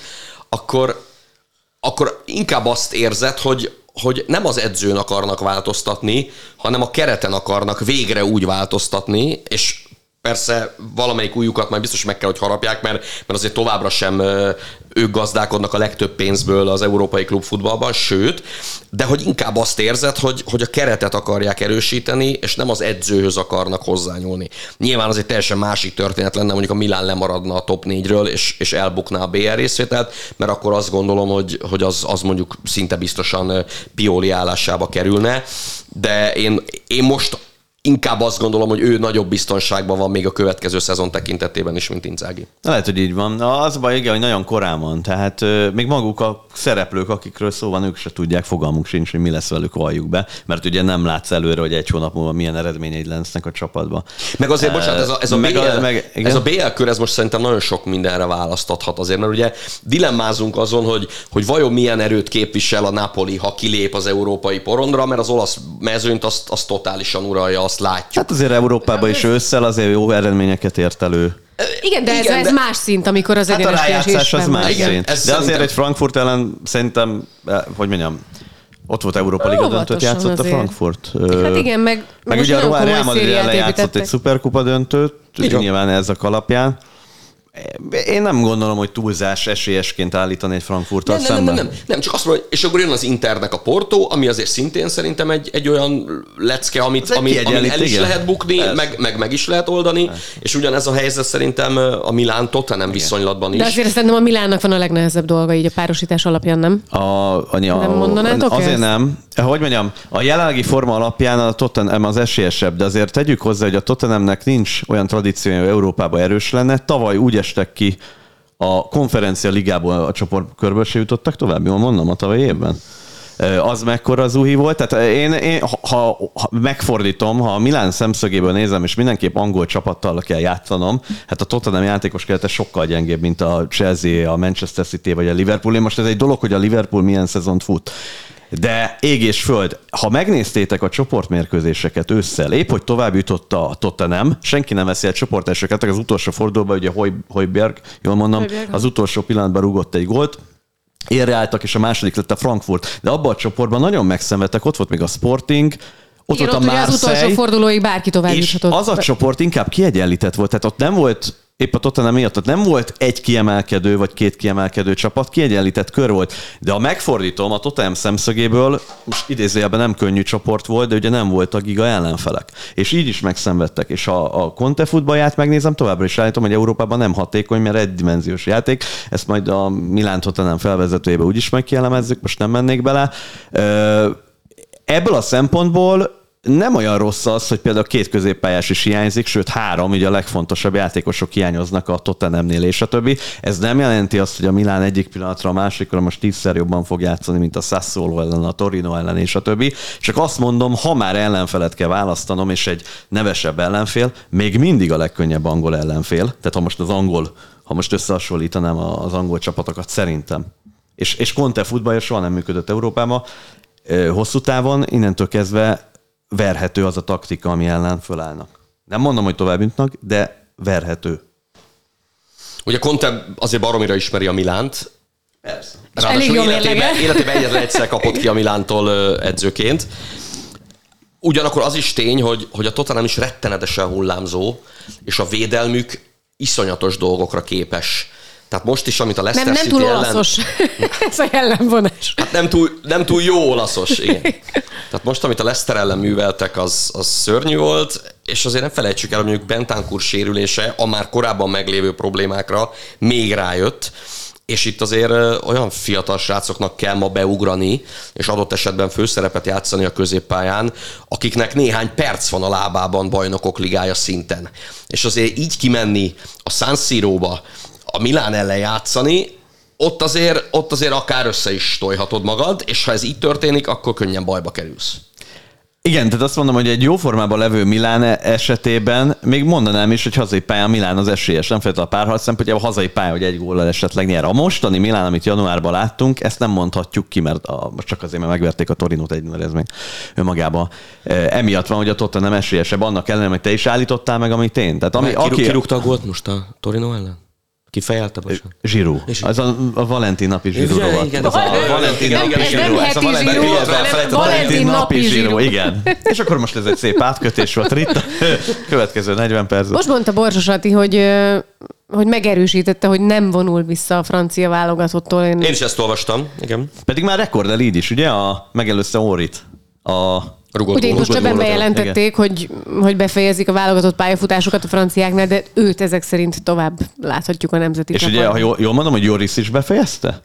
akkor inkább azt érzed, hogy nem az edzőn akarnak változtatni, hanem a kereten akarnak végre úgy változtatni, és persze valamelyik újjukat majd biztos meg kell, hogy harapják, mert azért továbbra sem ők gazdálkodnak a legtöbb pénzből az európai klubfutballban, sőt, de hogy inkább azt érzed, hogy a keretet akarják erősíteni, és nem az edzőhöz akarnak hozzányúlni. Nyilván az egy teljesen másik történet lenne, mondjuk a Milán lemaradna a top 4-ről, és elbukná a BL részvételt, mert akkor azt gondolom, hogy az mondjuk szinte biztosan Pioli állásába kerülne, de én most inkább azt gondolom, hogy ő nagyobb biztonságban van még a következő szezon tekintetében is, mint Inzaghi. Lehet, hogy így van. Az baj, igen, hogy nagyon korán van. Tehát még maguk a szereplők, akikről szó van, ők se tudják, fogalmuk sincs, hogy mi lesz velük, valljuk be, mert ugye nem látsz előre, hogy egy hónap múlva milyen eredményeid lesznek a csapatban. Meg azért, bocsánat, ez a BL kör, ez most szerintem nagyon sok mindenre választathat azért, mert ugye dilemmázunk azon, hogy vajon milyen erőt képvisel a Napoli, ha kilép az európai porondra, mert az olasz mezőnyt azt totálisan uralja, azt látjuk. Hát azért Európában is ősszel azért jó eredményeket ért elő. Igen, de ez más szint, amikor az egyenes kiesés az más szint. De szerintem... azért egy Frankfurt ellen szerintem, hogy mondjam, ott volt Európa Liga döntőt, játszott azért a Frankfurt. Hát igen, meg ugye a Real Madrid ellen játszott egy szuperkupa döntőt, nyilván ezek alapján. Én nem gondolom, hogy túlzás esélyesként állítani egy Frankfurttal szemben. Nem, csak azt mondom, és akkor jön az Internek a Porto, ami azért szintén szerintem egy olyan lecke, amit el is lehet bukni, meg is lehet oldani, és ugyanez a helyzet szerintem a Milán Tottenham viszonylatban is. De azért szerintem a Milánnak van a legnehezebb dolga így a párosítás alapján, nem? Nem mondanátok azért ezt? Nem. Hogy mondjam, a jelenlegi forma alapján a Tottenham az esélyesebb, de azért tegyük hozzá, hogy a Tottenhamnek nincs olyan tradíciója, hogy Európában erős lenne. Tavaly úgy estek ki a konferencia ligából, a csoportkörből se jutottak tovább, jól mondom, a tavalyi évben. Az mekkora zuhi volt. Tehát én ha megfordítom, ha a Milán szemszögéből nézem, és mindenképp angol csapattal kell játszanom, hát a Tottenham játékos kerete sokkal gyengébb, mint a Chelsea, a Manchester City vagy a Liverpool. Most ez egy dolog, hogy a Liverpool milyen szezont fut. De ég és föld, ha megnéztétek a csoportmérkőzéseket ősszel, épp hogy tovább jutott a Tottenham, senki nem veszi el csoportelsőket, az utolsó fordulóban ugye Højbjerg, jól mondom, az utolsó pillanatban rúgott egy gólt, érreálltak, és a második lett a Frankfurt. De abban a csoportban nagyon megszenvedtek, ott volt még a Sporting, ott volt a Marseille. Az utolsó fordulóig bárki tovább juthatott. És az a csoport inkább kiegyenlített volt, tehát ott nem volt, épp a Tottenham miatt, ott nem volt egy kiemelkedő vagy két kiemelkedő csapat, kiegyenlített kör volt. De ha megfordítom a Tottenham szemszögéből, most idézőjelben nem könnyű csoport volt, de ugye nem voltak giga ellenfelek. És így is megszenvedtek. És ha a Conte futballját megnézem, továbbra is állítom, hogy Európában nem hatékony, mert egydimenziós játék. Ezt majd a Milán Tottenham felvezetőjébe úgyis majd kielemezzük, most nem mennék bele. Ebből a szempontból nem olyan rossz az, hogy például 2 középpályás is hiányzik, sőt 3, ugye a legfontosabb játékosok hiányoznak a Tottenhamnél és a többi. Ez nem jelenti azt, hogy a Milán egyik pillanatra a másikra most 10-szer jobban fog játszani, mint a Sassuolo ellen, a Torino ellen és a többi. Csak azt mondom, ha már ellenfelet kell választanom, és egy nevesebb ellenfél, még mindig a legkönnyebb angol ellenfél. Tehát ha most összehasonlítanám az angol csapatokat szerintem. És Conte futballja soha nem működött Európában. Hosszú távon, innentől kezdve verhető az a taktika, ami ellen fölállnak. Nem mondom, hogy tovább jutnak, de verhető. Ugye Conte azért baromira ismeri a Milánt. Persze. Ráadásul életében egyetlen egyszer kapott ki a Milántól edzőként. Ugyanakkor az is tény, hogy a Tottenham is rettenetesen hullámzó, és a védelmük iszonyatos dolgokra képes. Tehát most is, amit a Leicester City nem túl ellen... olaszos ez a jellemvonás. Hát nem túl jó olaszos, igen. Tehát most, amit a Leicester ellen műveltek, az szörnyű volt, és azért nem felejtsük el, hogy mondjuk Bentancur sérülése a már korábban meglévő problémákra még rájött, és itt azért olyan fiatal srácoknak kell ma beugrani, és adott esetben főszerepet játszani a középpályán, akiknek néhány perc van a lábában Bajnokok Ligája szinten. És azért így kimenni a San Siróba, a Milán ellen játszani, ott azért akár össze is tojhatod magad, és ha ez így történik, akkor könnyen bajba kerülsz. Igen, tehát azt mondom, hogy egy jó formában levő Milán esetében még mondanám is, hogy hazai pályán Milán az esélyes, nem feltétlenül a párharc szempontjából a hazai pályán, hogy 1 góllal esetleg nyer. A mostani Milán, amit januárban láttunk, ezt nem mondhatjuk ki, mert csak azért, mert megverték a Torinót 1-0, ez még önmagában. Emiatt van, hogy a Tottenham esélyesebb, annak ellenére, hogy te is állítottál meg, amit én. Tehát Kirúgta a gólt most a Torino ellen? Ki fejelte, bocsánat? Giroud. Ez a Valentin napi Giroud rovat. Igen, ez a Valentin napi Giroud. Ez a Valentin napi Giroud. Igen. És akkor most ez egy szép átkötés volt Rita. Következő 40 perc. Most mondta Borsos Ati, hogy megerősítette, hogy nem vonul vissza a francia válogatottól. Én is ezt olvastam, igen. Pedig már rekordel így is, ugye? Megelőzte Órit. Ugye itt most többen bejelentették, hogy befejezik a válogatott pályafutásukat a franciáknál, de őt ezek szerint tovább láthatjuk a nemzeti csapatban. És ugye, ha jól mondom, hogy Joris is befejezte?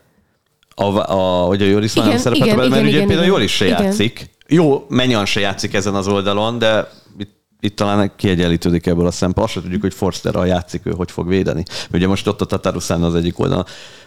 Hogy a Joris már nem szerepelt, mert ugye például Joris se játszik. Jó, Menyan se játszik ezen az oldalon, de itt talán kiegyenlítődik ebből a szempontból. Azt sem tudjuk, hogy Forsterral játszik, ő hogy fog védeni. Ugye most ott a Tatarusán az egyik oldalon.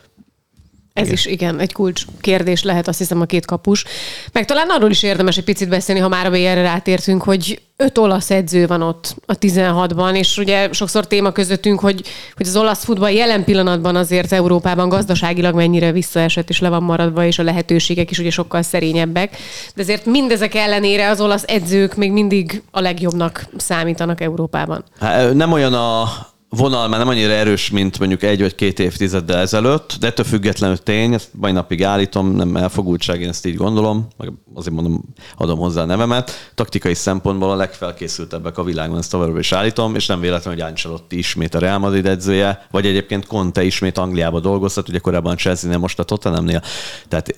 Ez is igen, egy kulcs kérdés lehet, azt hiszem, a 2 kapus. Meg talán arról is érdemes egy picit beszélni, ha már a BR-re rátértünk, hogy 5 olasz edző van ott a 16-ban, és ugye sokszor téma közöttünk, hogy az olasz futball jelen pillanatban azért Európában gazdaságilag mennyire visszaesett és le van maradva, és a lehetőségek is ugye sokkal szerényebbek. De azért mindezek ellenére az olasz edzők még mindig a legjobbnak számítanak Európában. Nem olyan a vonal már nem annyira erős, mint mondjuk 1 vagy 2 évtizeddel ezelőtt, de ettől függetlenül tény, ezt mai napig állítom, nem elfogultság, én ezt így gondolom, azért mondom, adom hozzá a nevemet. Taktikai szempontból a legfelkészültebbek a világon, ezt továbbra is állítom, és nem véletlen, hogy Ancelotti ismét a Real Madrid edzője, vagy egyébként Conte ismét Angliába dolgoztat, ugye korábban Chelsea-nél, most a Tottenhamnél. Tehát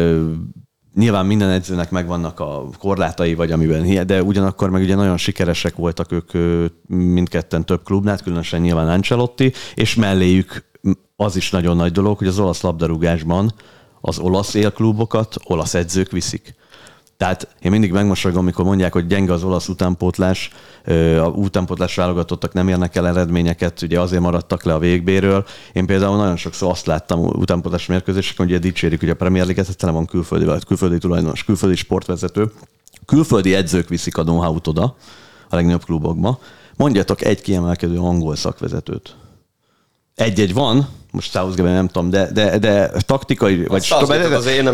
nyilván minden edzőnek megvannak a korlátai, vagy amiben, de ugyanakkor meg ugye nagyon sikeresek voltak ők mindketten több klubnál, különösen nyilván Ancelotti, és melléjük az is nagyon nagy dolog, hogy az olasz labdarúgásban az olasz élklubokat olasz edzők viszik. Tehát én mindig megmosolygom, amikor mondják, hogy gyenge az olasz utánpótlás, a utánpótlás válogatottak nem érnek el eredményeket, ugye azért maradtak le a végbéről. Én például nagyon sokszor azt láttam utánpótlás mérkőzéseken, hogy ugye dicsérik, hogy a Premier League-et tele van külföldi tulajdonos, külföldi sportvezető, külföldi edzők viszik a know-how-t oda a legnagyobb klubokba. Mondjatok egy kiemelkedő angol szakvezetőt. Egy-egy van, most Southgate nem tudom, de taktikai... Vagy azért én nem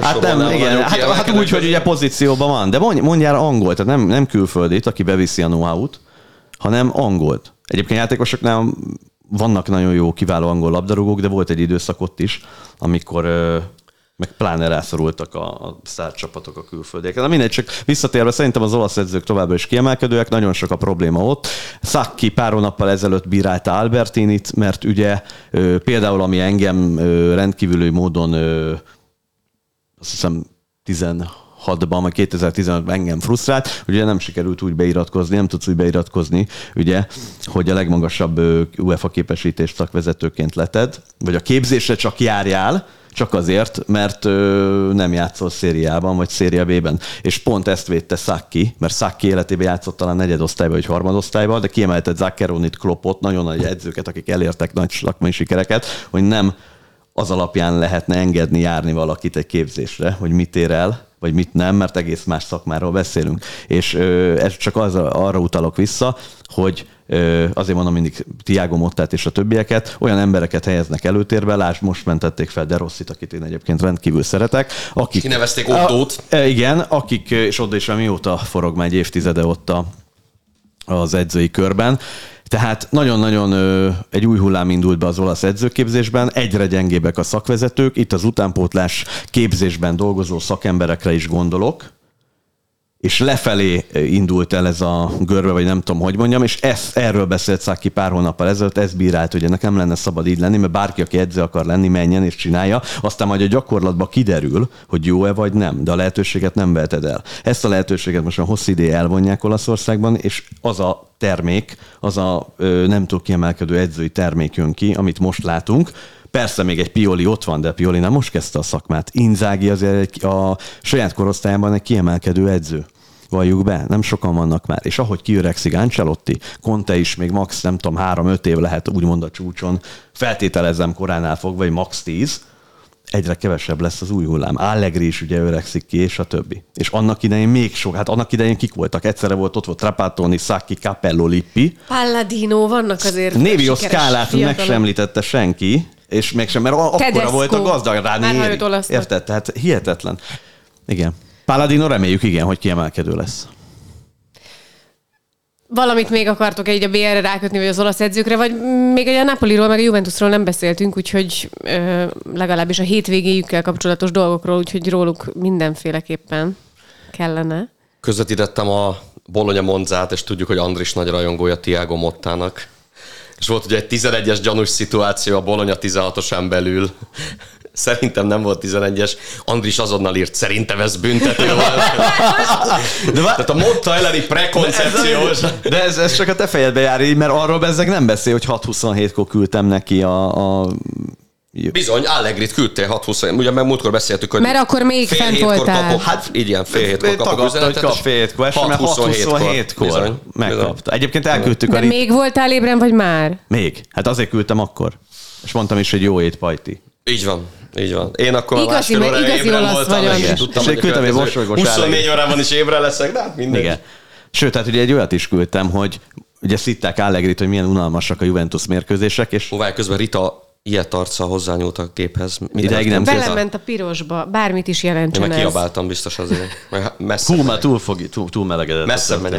hát úgy, hogy ugye pozícióban van, de mondjál angolt, tehát nem külföldit, aki beviszi a know-how-t, hanem angolt. Egyébként játékosoknál vannak nagyon jó, kiváló angol labdarúgók, de volt egy időszak ott is, amikor meg pláne rászorultak a sztárcsapatok a külföldiekre. Na mindegy, csak visszatérve, szerintem az olasz edzők továbbra is kiemelkedőek, nagyon sok a probléma ott. Sacchi pár hónappal ezelőtt bírálta Albertinit, mert ugye például, ami engem rendkívüli módon azt hiszem 16 2016-ban, vagy 2015-ben engem frusztrált, ugye nem sikerült úgy beiratkozni, nem tudsz úgy beiratkozni, ugye, hogy a legmagasabb UEFA képesítést szakvezetőként leted, vagy a képzésre csak járjál, csak azért, mert nem játszol szériában, vagy széria B-ben. És pont ezt védte Sacchi, mert Sacchi életében játszott talán negyedosztályban, vagy harmadosztályban, de kiemelted Zaccheronit, Kloppot, nagyon nagy edzőket, akik elértek nagy szakmai sikereket, hogy nem az alapján lehetne engedni járni valakit egy képzésre, hogy mit ér el, vagy mit nem, mert egész más szakmáról beszélünk. És ez csak arra utalok vissza, hogy azért mondom mindig Thiago Mottát és a többieket, olyan embereket helyeznek előtérbe, lásd, most mentették fel De Rossit, akit én egyébként rendkívül szeretek. Akik, kinevezték Ottót. Igen, akik, és oda is mióta forog már egy évtizede ott az edzői körben. Tehát nagyon-nagyon egy új hullám indult be az olasz edzőképzésben, egyre gyengébbek a szakvezetők, itt az utánpótlás képzésben dolgozó szakemberekre is gondolok, és lefelé indult el ez a görbe, vagy nem tudom, hogy mondjam, és erről beszélt Sacchi pár hónappal ezelőtt, ezt bírált, hogy nekem lenne szabad így lenni, mert bárki, aki edző akar lenni, menjen és csinálja, aztán majd a gyakorlatban kiderül, hogy jó-e vagy nem, de a lehetőséget nem veheted el. Ezt a lehetőséget most a hosszú ideje elvonják Olaszországban, és az a termék, az a nem túl kiemelkedő edzői termék jön ki, amit most látunk. Persze még egy Pioli ott van, de Pioli nem most kezdte a szakmát. Inzaghi azért a saját korosztályában egy kiemelkedő edző. Valljuk be, nem sokan vannak már. És ahogy kiöregszik Ancelotti, Conte is még max, nem tudom, 3-5 év lehet úgymond a csúcson, feltételezem koránál fogva, vagy max 10, egyre kevesebb lesz az új hullám. Allegri is ugye öregszik ki, és a többi. És annak idején még sok, hát annak idején kik voltak? Egyszerre ott volt Trapattoni, Sacchi, Capello, Lippi. Palladino, vannak azért Nevio Scalát meg sem említette senki, és mégsem, mert akkora volt a gazdag Ranieri. Érted? Tehát hihetetlen. Igen. Palladino reméljük, igen, hogy kiemelkedő lesz. Valamit még akartok egy a BR-re rákötni, vagy az olasz edzőkre, vagy még egy a Napoliról, meg a Juventusról nem beszéltünk, úgyhogy legalábbis a hétvégéjükkel kapcsolatos dolgokról, úgyhogy róluk mindenféleképpen kellene. Közvetítettem a Bologna Monzát, és tudjuk, hogy Andris nagy rajongója Thiago Mottának. És volt ugye egy 11-es gyanús szituáció a Bologna 16-osán belül. Szerintem nem volt 11-es. Andris azonnal írt, szerintem ez büntető volt. Tehát a Motta elleni prekoncepciós. De ez csak a te fejedbe jár így, mert arról bezzeg nem beszél, hogy 6-27-kor küldtem neki a Bizony, Allegrit küldtél 6-20, ugye meg múltkor beszéltük, hogy mert akkor még fent voltál. Hát így ilyen, fél hétkor kapok üzenetet, hogy fél hétkor, mert 6-27-kor megkapta. Egyébként elküldtük de még voltál ébren, vagy már? Még. Hát azért küldtem akkor. És mondtam is, hogy jó ét, Pajti. Így van. Így van. Én akkor igazi, másfél óra ébren voltam, és tudtam, hogy küldtem egy mosolygós 24 órában is ébren leszek, de hát mindegy. Igen. Sőt, hát ugye egy olyat is küldtem, hogy ugye szitták Allegrit, hogy milyen unalmasak a Juventus mérkőzések, és... Hová közben Rita ilyet arccal hozzányúlt a képhez. Ideig nem belement a pirosba, várbármit is jelentsen ez. Én meg kiabáltam biztos azért. Messze túl melegedett. Messze megyek.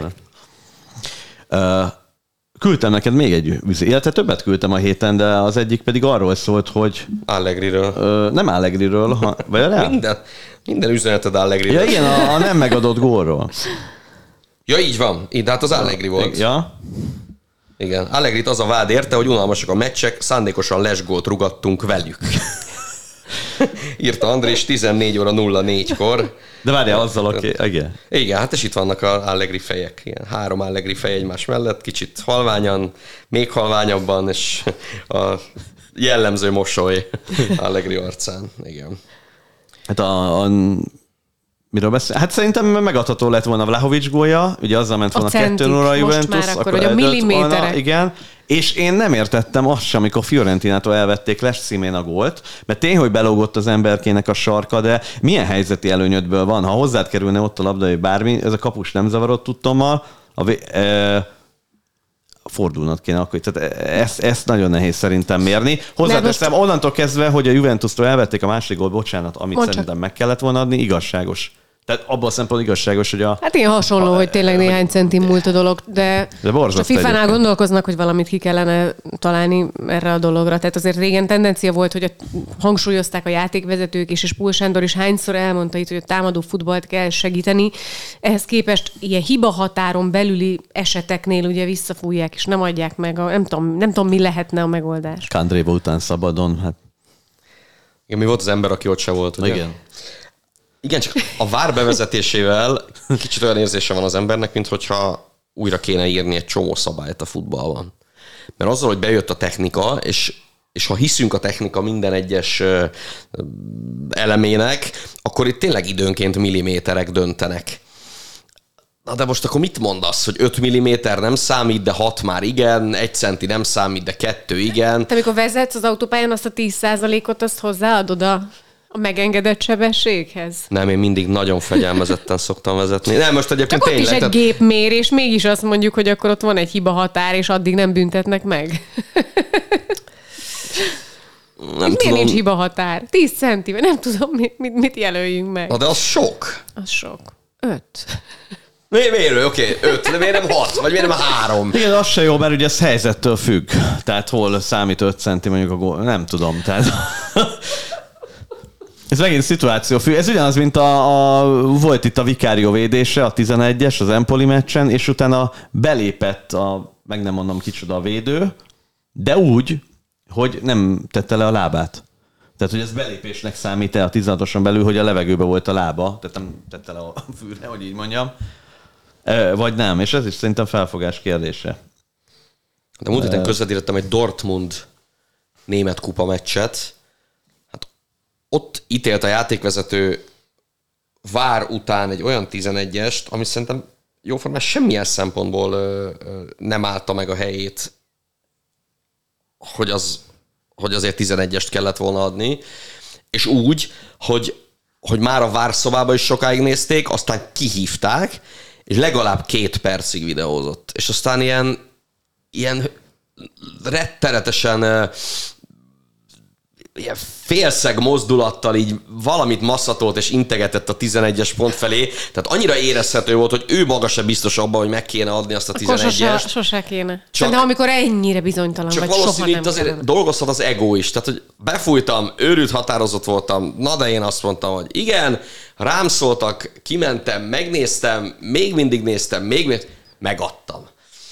Küldtem neked még egy üzletet, illetve többet küldtem a héten, de az egyik pedig arról szólt, hogy... Allegriről. Nem Allegriről, vagy minden üzeneted Allegriről. Ja igen, a nem megadott gólról. Ja, így van. De hát az Allegri volt. Ja. Igen. Allegrit az a vád érte, hogy unalmasak a meccsek, szándékosan lesgólt rugattunk velük. Írta Andrés 14 óra 04-kor. De várjál, azzal igen. Igen, hát és itt vannak az Allegri fejek. Igen, 3 Allegri fej egymás mellett, kicsit halványan, még halványabban, és a jellemző mosoly Allegri arcán. Igen. Hát miről beszél? Hát szerintem megadható lett volna Vlahovics gólja, ugye azzal ment volna 2-0 a Juventus. Most már akkor hogy a milliméterek. Igen. És én nem értettem azt sem, amikor Fiorentinától elvették Les címén a gólt, mert tény, hogy belógott az emberkének a sarka, de milyen helyzeti előnyödből van? Ha hozzád kerülne ott a labda, vagy bármi, ez a kapus nem zavarott tudtommal, fordulnod kéne akkor. Tehát ezt nagyon nehéz szerintem mérni. Hozzáteszem, onnantól kezdve, hogy a Juventustól elvették a másik gólt, bocsánat, amit szerintem meg kellett volna adni, igazságos. Tehát abban a szempontból igazságos, hogy Hát ilyen hasonló, hogy tényleg néhány centim múlt a dolog, de a FIFA-nál gondolkoznak, hogy valamit ki kellene találni erre a dologra. Tehát azért régen tendencia volt, hogy hangsúlyozták a játékvezetők is, és Pul Sándor is hányszor elmondta itt, hogy a támadó futballt kell segíteni. Ehhez képest ilyen hibahatáron belüli eseteknél ugye visszafújják, és nem adják meg. Nem tudom, mi lehetne a megoldás. Kandréva után szabadon, hát... Igen, mi volt az ember, aki ott se volt, ugye? Igen. Igen, csak a VAR bevezetésével kicsit olyan érzése van az embernek, minthogyha újra kéne írni egy csomó szabályt a futballban. Mert azzal, hogy bejött a technika, és ha hiszünk a technika minden egyes elemének, akkor itt tényleg időnként milliméterek döntenek. Na de most akkor mit mondasz, hogy 5 mm nem számít, de 6 már igen, 1 centi nem számít, de 2 igen. Te amikor vezetsz az autópályán, azt a 10%-ot azt hozzáadod a megengedett sebességhez? Nem, én mindig nagyon fegyelmezetten szoktam vezetni. Nem, most egyébként csak ott tényleg. is egy gépmérés, mégis azt mondjuk, hogy akkor ott van egy hiba határ, és addig nem büntetnek meg. Miért nincs hiba határ? 10 centi, vagy nem tudom, mit jelöljünk meg. Na de az sok. Az sok. 5. Miért? Oké, 5, de miért nem 6, vagy miért nem 3? Igen, az se jó, mert ugye ez helyzettől függ. Tehát hol számít 5 centi mondjuk a gól, nem tudom. Tehát... Ez megint szituáció függ. Ez ugyanaz, mint volt itt a Vicario védése, a 11-es, az Empoli meccsen, és utána belépett meg nem mondom kicsoda a védő, de úgy, hogy nem tette le a lábát. Tehát, hogy ez belépésnek számít-e a 16-oson belül, hogy a levegőben volt a lába, tehát nem tette le a fűre, hogy így mondjam, vagy nem, és ez is szerintem felfogás kérdése. De múlt héten közvetítettem egy Dortmund német kupa meccset. Hát ott ítélt a játékvezető VAR után egy olyan 11-est, ami szerintem jóformán semmilyen szempontból nem állta meg a helyét, hogy azért 11-est kellett volna adni, és úgy, hogy már a VAR szobába is sokáig nézték, aztán kihívták, és legalább 2 percig videózott. És aztán ilyen rettenetesen ilyen félszeg mozdulattal így valamit masszatolt és integetett a 11-es pont felé, tehát annyira érezhető volt, hogy ő maga se biztos abban, hogy meg kéne adni azt a 11-est. Sose kéne. De amikor ennyire bizonytalan csak vagy, soha valószínű nem itt azért kellene. dolgozhat az ego is. Tehát, hogy befújtam, őrült határozott voltam, na de én azt mondtam, hogy igen, rám szóltak, kimentem, megnéztem, még mindig néztem, megadtam.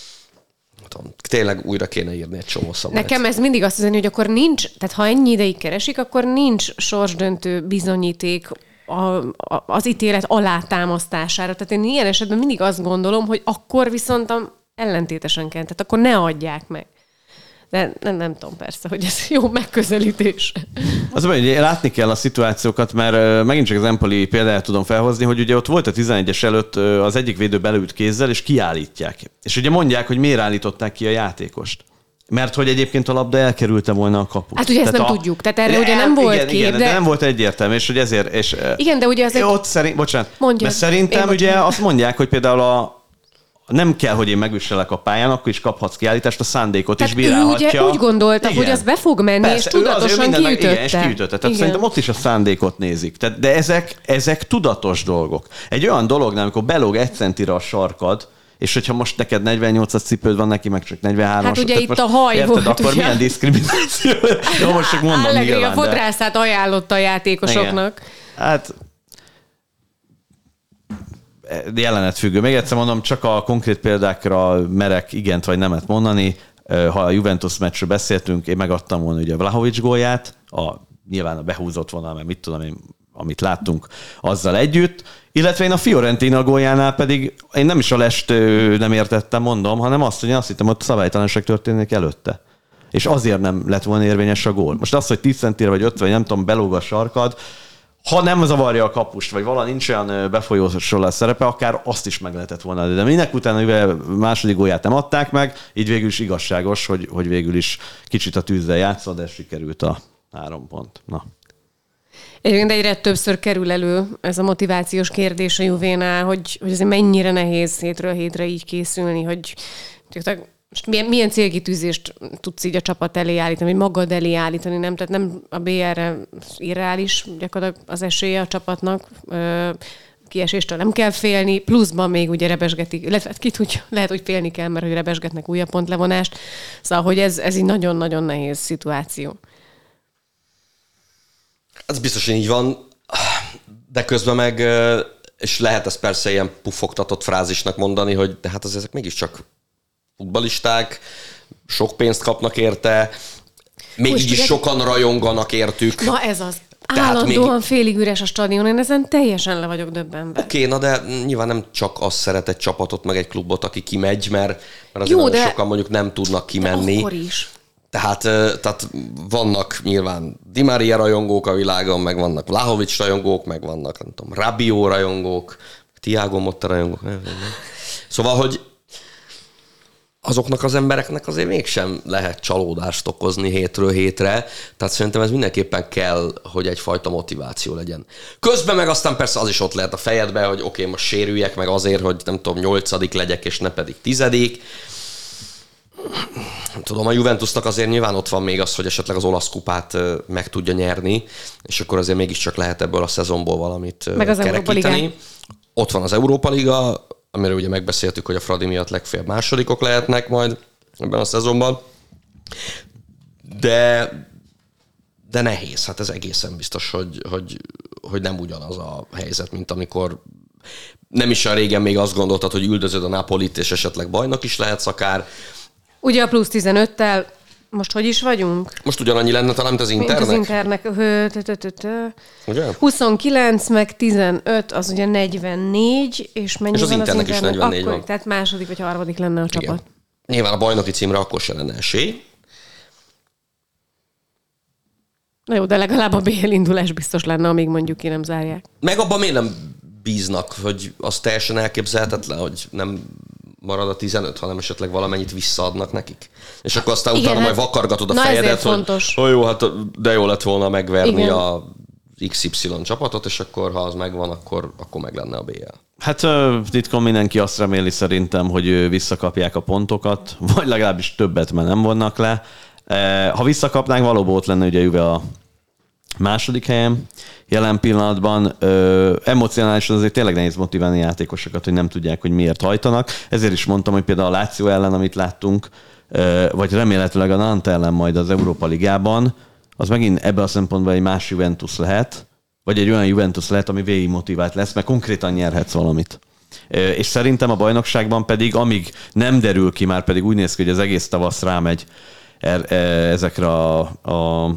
Tényleg újra kéne írni egy csomó szabályt. Nekem ez mindig azt üzeni, hogy akkor nincs, tehát ha ennyi ideig keresik, akkor nincs sorsdöntő bizonyíték az ítélet alátámasztására. Tehát én ilyen esetben mindig azt gondolom, hogy akkor viszont ellentétesen kell, tehát akkor ne adják meg. De nem tudom persze, hogy ez jó megközelítés. Az, hogy látni kell a szituációkat, mert megint csak az Empoli példáját tudom felhozni, hogy ugye ott volt a 11-es előtt az egyik védő belült kézzel, és kiállítják. És ugye mondják, hogy miért állították ki a játékost. Mert hogy egyébként a labda elkerülte volna a kaput. Hát ugye ezt nem tudjuk. Tehát erre ugye nem volt igen, kép, igen, de nem volt egyértelmű, és hogy ezért... És, igen, de ugye azért... Ott bocsánat. Mondjad. Mert szerintem ugye azt mondják, hogy például nem kell, hogy én megüsselek a pályán, akkor is kaphatsz kiállítást, a szándékot is bírálhatja. Ő ugye úgy gondolta, igen. hogy az be fog menni, persze, és tudatosan kiütötte. Igen, és kiütötte. Tehát szerintem ott is a szándékot nézik. De ezek tudatos dolgok. Egy olyan dolognál, amikor belóg 1 centire a sarkad, és hogyha most neked 48-as cipőd van, neki meg csak 43-as. Hát ugye itt most, a haj érted, volt. akkor ugye? Milyen diszkrimináció? Jó, most csak mondom Allegri nyilván. a fodrászát ajánlotta a játékosoknak. Igen. Hát jelenet függő. Még egyszer mondom, csak a konkrét példákra merek igent vagy nemet mondani. Ha a Juventus meccsről beszéltünk, én megadtam volna ugye a Vlahovics gólját, nyilván a behúzott vonal, mert mit tudom én, amit láttunk azzal együtt, illetve én a Fiorentina góljánál pedig én nem is a lest nem értettem, mondom, hanem azt, hogy én azt hittem, hogy szabálytalanság történik előtte. És azért nem lett volna érvényes a gól. Most az, hogy 10 centire vagy 5, vagy nem tudom, belóg a sarkad, ha nem zavarja a kapust, vagy vala nincs olyan befolyósolás szerepe, akár azt is meg lehetett volna. De minek utána, mivel második gólját nem adták meg, így végül is igazságos, hogy végül is kicsit a tűzzel játszva, de sikerült a 3 pont. Na. Egyébként egyre többször kerül elő ez a motivációs kérdés a Juvénál, hogy azért mennyire nehéz hétről hétre így készülni, hogy most milyen célkitűzést tudsz így a csapat elé állítani, vagy magad elé állítani, nem? Tehát nem a BR-re irreális gyakorlatilag az esélye a csapatnak, kieséstől nem kell félni, pluszban még ugye rebesgetik, illetve ki tudja, lehet, hogy félni kell, mert hogy rebesgetnek újabb pontlevonást. Szóval, hogy ez egy nagyon-nagyon nehéz szituáció. Ez biztos, hogy így van, de közben meg, és lehet ezt persze ilyen puffogtatott frázisnak mondani, hogy de hát ezek mégiscsak futballisták, sok pénzt kapnak érte, még így is sokan rajonganak értük. Na ez az. Állandóan félig üres a stadion, én ezen teljesen le vagyok döbbenve. Oké, na de nyilván nem csak az szeret egy csapatot, meg egy klubot, aki kimegy, mert azért nagyon sokan mondjuk nem tudnak kimenni. De akkor is. Tehát vannak nyilván Di Maria rajongók a világon, meg vannak Vlahovic rajongók, meg vannak, nem tudom, Rabiot rajongók, Thiago Motta rajongók. Szóval, hogy azoknak az embereknek azért mégsem lehet csalódást okozni hétről hétre, tehát szerintem ez mindenképpen kell, hogy egyfajta motiváció legyen. Közben meg aztán persze az is ott lehet a fejedbe, hogy oké, most sérüljek meg azért, hogy nem tudom, 8. legyek, és ne pedig 10. Tudom, a Juventusnak azért nyilván ott van még az, hogy esetleg az olasz kupát meg tudja nyerni, és akkor azért mégiscsak lehet ebből a szezonból valamit meg az kerekíteni. Ott van az Európa Liga, amiről ugye megbeszéltük, hogy a Fradi miatt legfeljebb másodikok lehetnek majd ebben a szezonban. De nehéz, hát ez egészen biztos, hogy nem ugyanaz a helyzet, mint amikor nem is olyan régen még azt gondoltad, hogy üldözöd a Napolit, és esetleg bajnok is lehetsz akár. Ugye a plusz 15-tel most hogy is vagyunk? Most ugyanannyi lenne talán, mint az Internek? Mint az Internek. Ugye? 29 meg 15, az ugye 44, és mennyi és az van Internek is 44 akkor, van. Tehát második vagy harmadik lenne a csapat. Igen. Nyilván a bajnoki címre akkor se lenne esély. Na jó, de legalább a BL indulás biztos lenne, amíg mondjuk ki nem zárják. Meg abban miért nem bíznak, hogy az teljesen elképzelhetetlen, hogy nem marad a 15, hanem esetleg valamennyit visszaadnak nekik. És akkor aztán utána majd vakargatod a fejedet, hogy jó, hát de jó lett volna megverni a XY csapatot, és akkor ha az megvan, akkor meg lenne a BL. Hát titkon mindenki azt reméli szerintem, hogy visszakapják a pontokat, vagy legalábbis többet, mert nem vonnak le. Ha visszakapnánk, valóban ott lenne ugye Juve a második helyen. Jelen pillanatban emocionálisan azért tényleg nehéz motiválni játékosokat, hogy nem tudják, hogy miért hajtanak. Ezért is mondtam, hogy például a Lazio ellen, amit láttunk, vagy remélhetőleg a Nantes ellen majd az Európa Ligában, az megint ebben a szempontból egy más Juventus lehet, vagy egy olyan Juventus lehet, ami végig motivált lesz, mert konkrétan nyerhetsz valamit. És szerintem a bajnokságban pedig, amíg nem derül ki, már pedig úgy néz ki, hogy az egész tavasz rámegy ezekre a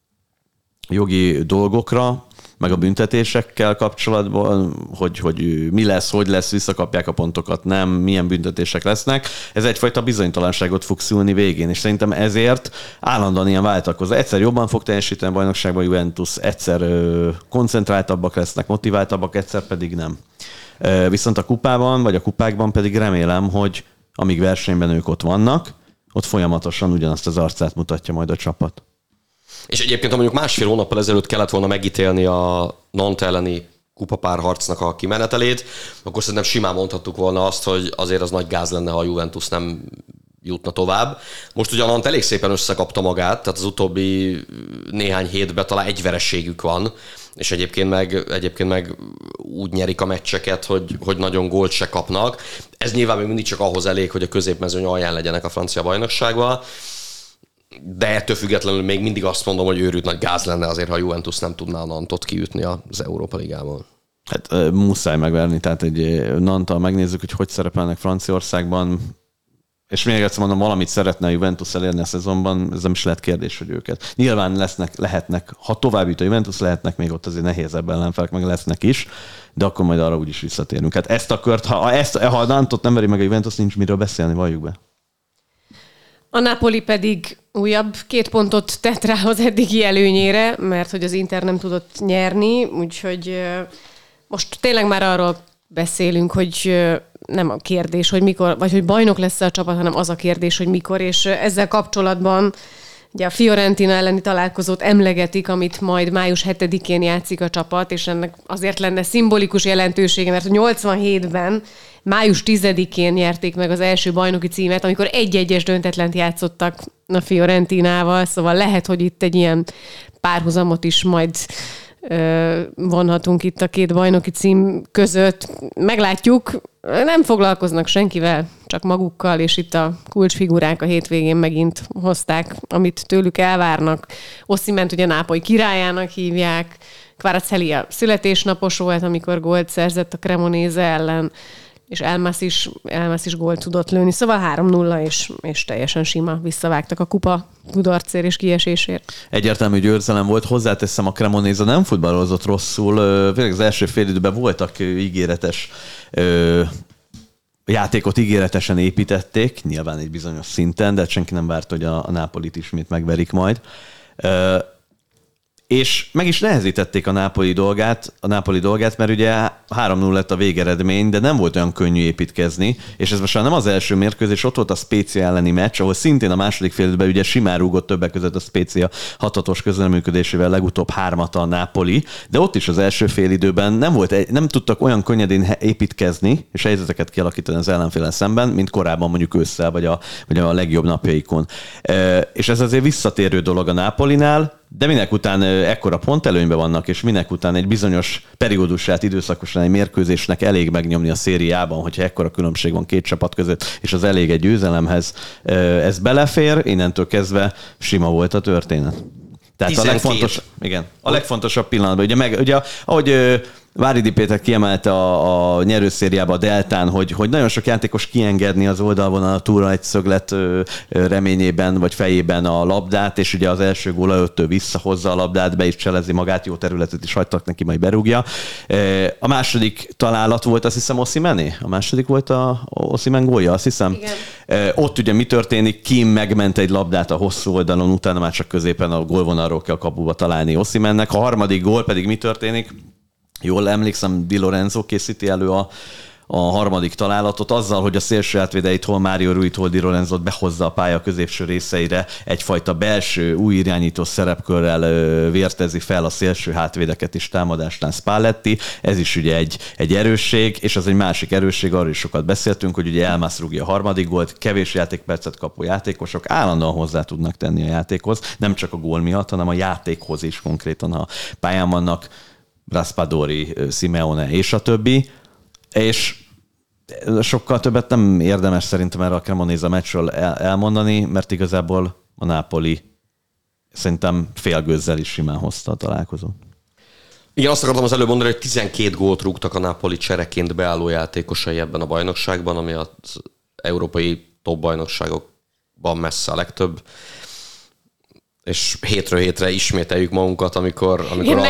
jogi dolgokra, meg a büntetésekkel kapcsolatban, hogy mi lesz, hogy lesz, visszakapják a pontokat, nem, milyen büntetések lesznek. Ez egyfajta bizonytalanságot fog szülni végén, és szerintem ezért állandóan ilyen váltakozó. Egyszer jobban fog teljesíteni a bajnokságban Juventus, egyszer koncentráltabbak lesznek, motiváltabbak, egyszer pedig nem. Viszont a kupában, vagy a kupákban pedig remélem, hogy amíg versenyben ők ott vannak, ott folyamatosan ugyanazt az arcát mutatja majd a csapat. És egyébként, ha mondjuk másfél hónappal ezelőtt kellett volna megítélni a Nantes elleni kupapárharcnak a kimenetelét, akkor szerintem simán mondhattuk volna azt, hogy azért az nagy gáz lenne, ha a Juventus nem jutna tovább. Most ugye a Nantes elég szépen összekapta magát, tehát az utóbbi néhány hétben talán egy vereségük van, és egyébként meg úgy nyerik a meccseket, hogy nagyon gólt se kapnak. Ez nyilván még mindig csak ahhoz elég, hogy a középmezőny alján legyenek a francia bajnokságban. De ettől függetlenül még mindig azt mondom, hogy őrült nagy gáz lenne azért, ha a Juventus nem tudná a Nantot kiütni az Európa Ligában. Hát muszáj megverni, tehát egy Nantal megnézzük, hogy szerepelnek Franciaországban, és még egyszer mondom, valamit szeretne a Juventus elérni a szezonban, ez nem is lehet kérdés, hogy őket. Nyilván lehetnek, ha tovább jut a Juventus, lehetnek még ott azért nehézebb ellenfelek, meg lesznek is, de akkor majd arra úgyis visszatérünk. Hát ezt a kört, ha a Nantot nem veri meg a Juventus, nincs miről beszélni, valljuk be. A Napoli pedig újabb 2 pontot tett rá az eddigi előnyére, mert hogy az Inter nem tudott nyerni, úgyhogy most tényleg már arról beszélünk, hogy nem a kérdés, hogy mikor, vagy hogy bajnok lesz a csapat, hanem az a kérdés, hogy mikor, és ezzel kapcsolatban ugye a Fiorentina elleni találkozót emlegetik, amit majd május 7-én játszik a csapat, és ennek azért lenne szimbolikus jelentősége, mert 87-ben május 10-én nyerték meg az első bajnoki címet, amikor 1-1-es döntetlent játszottak a Fiorentinával, szóval lehet, hogy itt egy ilyen párhuzamot is majd vonhatunk itt a 2 bajnoki cím között. Meglátjuk, nem foglalkoznak senkivel, csak magukkal, és itt a kulcsfigurák a hétvégén megint hozták, amit tőlük elvárnak. Osimhent ugye Nápoly királyának hívják, Kvaratskhelia születésnapos volt, amikor gólt szerzett a Cremonese ellen, és Elmas is gólt tudott lőni. Szóval 3-0, és teljesen sima visszavágtak a kupa kudarcért és kiesésért. Egyértelmű győzelem volt. Hozzáteszem, a Cremonese nem futballozott rosszul. Főleg az első fél időben voltak ígéretes játékot ígéretesen építették, nyilván egy bizonyos szinten, de senki nem várt, hogy a Nápolit ismét megverik majd. És meg is nehezítették a Nápoli dolgát, mert ugye 3-0 lett a végeredmény, de nem volt olyan könnyű építkezni, és ez most már nem az első mérkőzés, ott volt a Spezia elleni meccs, ahol szintén a második fél időben ugye simán rúgott többek között a Spezia 6-6-os közreműködésével legutóbb 3-at a Nápoli, de ott is az első fél időben nem tudtak olyan könnyedén építkezni, és helyzeteket kialakítani az ellenfélen szemben, mint korábban mondjuk ősszel, vagy a legjobb napjaikon. És ez azért visszatérő dolog a Nápolinál, de minek után ekkora pontelőnyben vannak, és minek után egy bizonyos periódusát, időszakosan egy mérkőzésnek elég megnyomni a szériában, hogyha ekkora különbség van két csapat között, és az elég egy győzelemhez, ez belefér, innentől kezdve sima volt a történet. Tehát 12. a legfontosabb pillanatban. Ugye ahogy Váridi Péter kiemelte a nyerőszériába a Deltán, hogy nagyon sok játékos kiengedni az oldalvonal túlra egy szöglet reményében vagy fejében a labdát, és ugye az első gól előtt ő visszahozza a labdát, be is cselezi magát, jó területet is hagytak neki, majd berúgja. A második találat volt, azt hiszem, Osimhené? A második volt a Osimhen gólja, azt hiszem. Igen. Ott ugye mi történik? Kim megment egy labdát a hosszú oldalon, utána már csak középen a gólvonalról kell kapuba találni Osimhennek. A harmadik gól pedig mi történik? Jól emlékszem, Di Lorenzo készíti elő a harmadik találatot azzal, hogy a szélső átvédeit hol Mário Ruit, hol Di Lorenzót behozza a pálya középső részeire, egyfajta belső, új irányító szerepkörrel vértezi fel a szélső hátvédeket is támadásnál Spalletti. Ez is ugye egy erősség, és az egy másik erősség, arról is sokat beszéltünk, hogy ugye Elmas rúgja a harmadik gólt, kevés játékpercet kapó játékosok állandóan hozzá tudnak tenni a játékhoz, nem csak a gól miatt, hanem a játékhoz is konkrétan, ha pályán vannak Raspadori, Simeone és a többi, és sokkal többet nem érdemes szerintem erre a Cremonese meccsről elmondani, mert igazából a Napoli szerintem félgőzzel is simán hozta a találkozót. Igen, azt akartam az előbb mondani, hogy 12 gólt rúgtak a Napoli csereként beálló játékosai ebben a bajnokságban, ami az európai top bajnokságokban messze a legtöbb. És hétről hétre ismételjük magunkat, amikor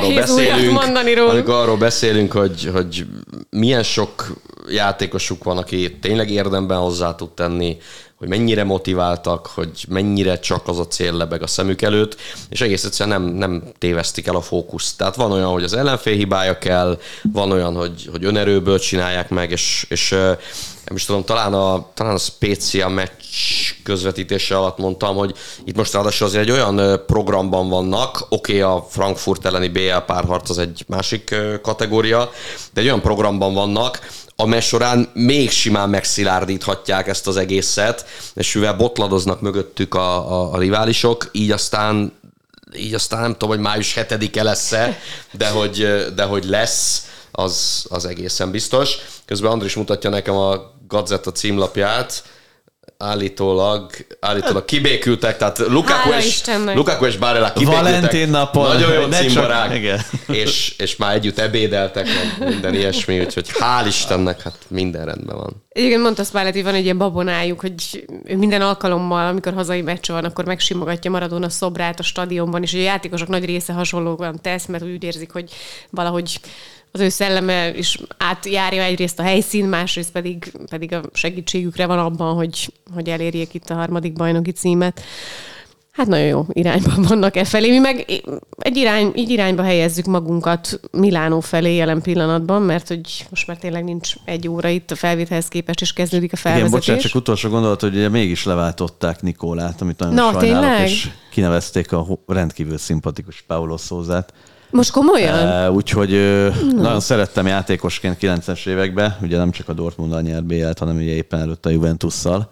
arról beszélünk, hogy milyen sok játékosuk van, aki tényleg érdemben hozzá tud tenni, hogy mennyire motiváltak, hogy mennyire csak az a cél lebeg a szemük előtt, és egész egyszerűen nem tévesztik el a fókuszt. Tehát van olyan, hogy az ellenfél hibája kell, van olyan, hogy önerőből csinálják meg, és nem is tudom, talán a Spezia meccs közvetítése alatt mondtam, hogy itt most ráadásul azért egy olyan programban vannak, oké, a Frankfurt elleni BL párharc az egy másik kategória, de egy olyan programban vannak, amely során még simán megszilárdíthatják ezt az egészet, és mivel botladoznak mögöttük a riválisok, így aztán nem tudom, hogy május 7-e lesz-e, de hogy lesz, az egészen biztos. Közben Andris mutatja nekem a Gazetta címlapját, állítólag kibékültek, tehát Lukaku és Barella kibékültek. Valentin napon. Nagyon jó címbarák. És már együtt ebédeltek, minden ilyesmi, úgyhogy hál' Istennek, hát minden rendben van. Igen, mondta Spalletti, van egy ilyen babonájuk, hogy minden alkalommal, amikor hazai meccs van, akkor megsimogatja Maradona szobrát a stadionban, és a játékosok nagy része hasonlóan tesz, mert úgy érzik, hogy valahogy az ő szelleme is átjárja egyrészt a helyszín, másrészt pedig a segítségükre van abban, hogy elérjék itt a harmadik bajnoki címet. Hát nagyon jó irányban vannak e felé. Mi meg így irányba helyezzük magunkat Milánó felé jelen pillanatban, mert hogy most már tényleg nincs egy óra itt a felvételhez képest, és kezdődik a felvezetés. Igen, bocsánat, csak utolsó gondolat, hogy ugye mégis leváltották Nikolát, amit nagyon sajnálok, tényleg? És kinevezték a rendkívül szimpatikus Paulo Sousát. Most komolyan? Úgyhogy nagyon szerettem játékosként 90-es években, ugye nem csak a Dortmunddal nyert BL-t, hanem ugye éppen előtte a Juventusszal.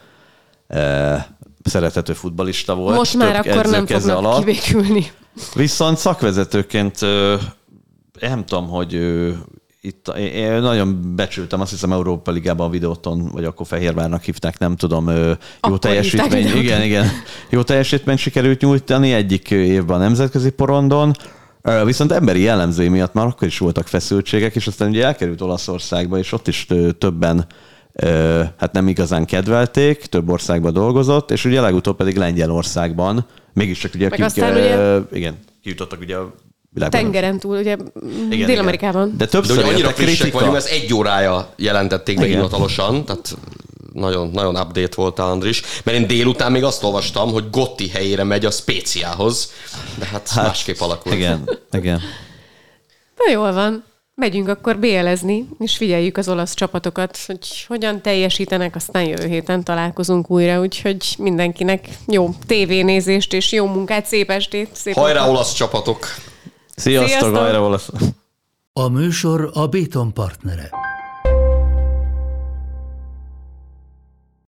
Szerethető futballista volt. Most már akkor nem fognak kibékülni. Viszont szakvezetőként nem tudom, hogy itt én nagyon becsültem, azt hiszem Európa Ligában a Videóton, vagy akkor Fehérvárnak hívták, nem tudom, jó teljesítmény. Igen. Jó teljesítményt sikerült nyújtani egyik évben a nemzetközi porondon. Viszont emberi jellemzői miatt már akkor is voltak feszültségek, és aztán ugye elkerült Olaszországba, és ott is többen hát nem igazán kedvelték, több országban dolgozott, és ugye legutóbb pedig Lengyelországban, mégiscsak ugye, igen, kijutottak ugye a világban. Tengeren túl, ugye Dél-Amerikában. De többször ugye annyira frissek vagyunk, ez 1 órája jelentették meg hivatalosan, tehát nagyon, nagyon update voltál, Andris. Mert én délután még azt olvastam, hogy Gotti helyére megy a Spéciához, de hát másképp alakul. Igen. Na jól van. Megyünk akkor BL-ezni, és figyeljük az olasz csapatokat, hogy hogyan teljesítenek, aztán jövő héten találkozunk újra, úgyhogy mindenkinek jó tévénézést és jó munkát, szép estét. Hajrá olasz csapatok! Sziasztok, hajrá olasz! A műsor a Béton partnere.